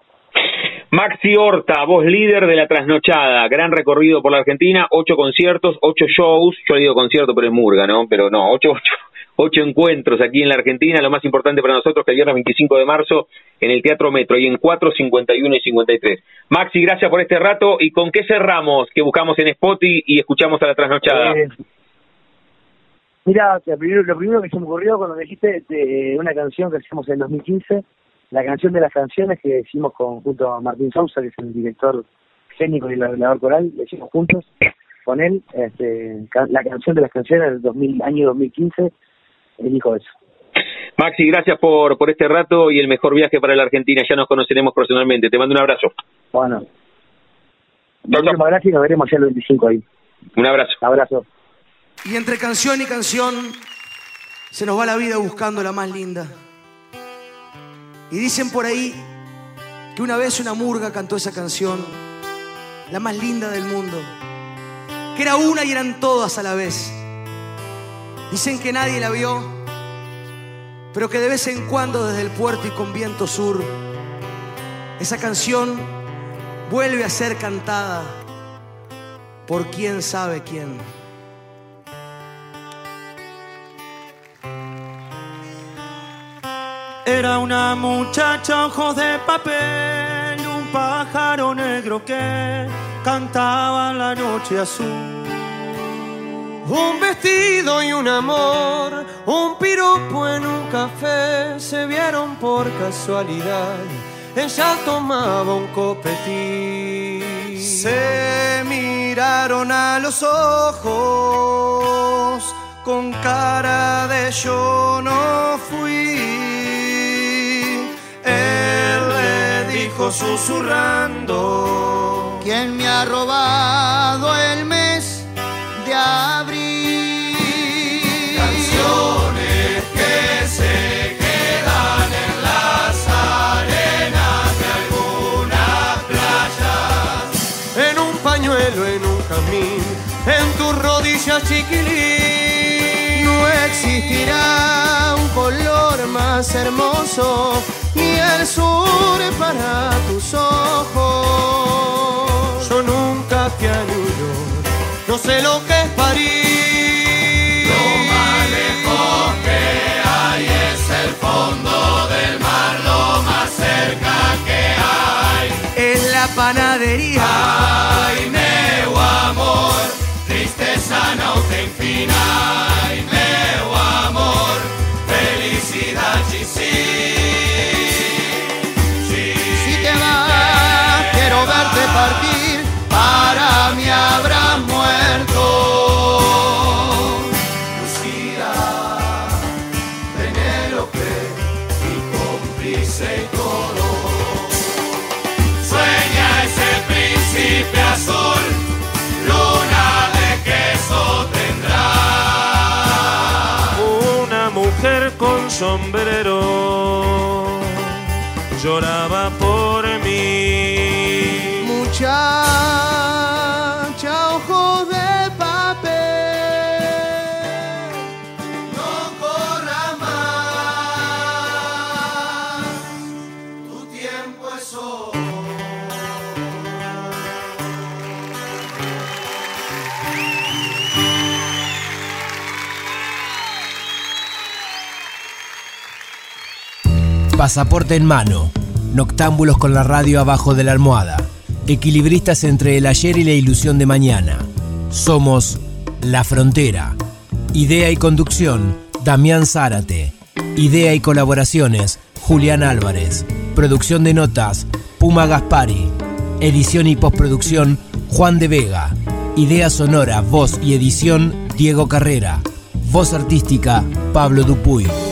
Maxi Horta, voz líder de La Trasnochada, gran recorrido por la Argentina, ocho conciertos, ocho shows, yo le digo concierto pero es murga, ¿no? Pero no, ocho, ocho, ocho encuentros aquí en la Argentina, lo más importante para nosotros que el viernes veinticinco de marzo en el Teatro Metro y en cuatro, cincuenta y uno y cincuenta y tres. Maxi, gracias por este rato y ¿con qué cerramos? Que buscamos en Spotify y escuchamos a La Trasnochada. Eh, mira, lo primero, lo primero que se me ocurrió cuando me dijiste de una canción que hicimos en dos mil quince, la canción de las canciones que hicimos con, junto a Martín Sousa, que es el director escénico y el arreglador coral, lo hicimos juntos con él, este, la canción de las canciones del dos mil, año dos mil quince, elijo eso. Maxi, gracias por, por este rato y el mejor viaje para la Argentina, ya nos conoceremos personalmente, te mando un abrazo. Bueno, muchísimas gracias y nos veremos ya el veinticinco ahí. Un abrazo. Abrazo. Y entre canción y canción se nos va la vida buscando la más linda. Y dicen por ahí que una vez una murga cantó esa canción, la más linda del mundo, que era una y eran todas a la vez. Dicen que nadie la vio, pero que de vez en cuando desde el puerto y con viento sur, esa canción vuelve a ser cantada por quién sabe quién. Era una muchacha, ojos de papel, un pájaro negro que cantaba en la noche azul. Un vestido y un amor, un piropo en un café, se vieron por casualidad. Ella tomaba un copetín. Se miraron a los ojos con cara de yo no fui. Él le dijo susurrando: ¿quién me ha robado el mes de abril? Canciones que se quedan en las arenas de algunas playas, en un pañuelo, en un camín, en tus rodillas, chiquilín. No existirá un color más hermoso, ni el sur para tus ojos. Yo nunca fui a New York, no sé lo que es París. Lo más lejos que hay es el fondo del mar, lo más cerca que hay es la panadería. Ay, meu amor, tristeza no te infina. Ay, meu amor, felicidad, sí, sí. Si te vas, quiero verte partir, para mí habrás muerto. Lucía, Penélope, mi cómplice y todo. Sueña ese príncipe azul, luna de queso tendrá. Una mujer con sombrero lloraba por mí. Muchacha, ojos de papel, no corras más, tu tiempo es hoy. Pasaporte en mano, noctámbulos con la radio abajo de la almohada, equilibristas entre el ayer y la ilusión de mañana. Somos La Frontera. Idea y conducción, Damián Zárate. Idea y colaboraciones, Julián Álvarez. Producción de notas, Puma Gaspari. Edición y postproducción, Juan de Vega. Idea sonora, voz y edición, Diego Carrera. Voz artística, Pablo Dupuy.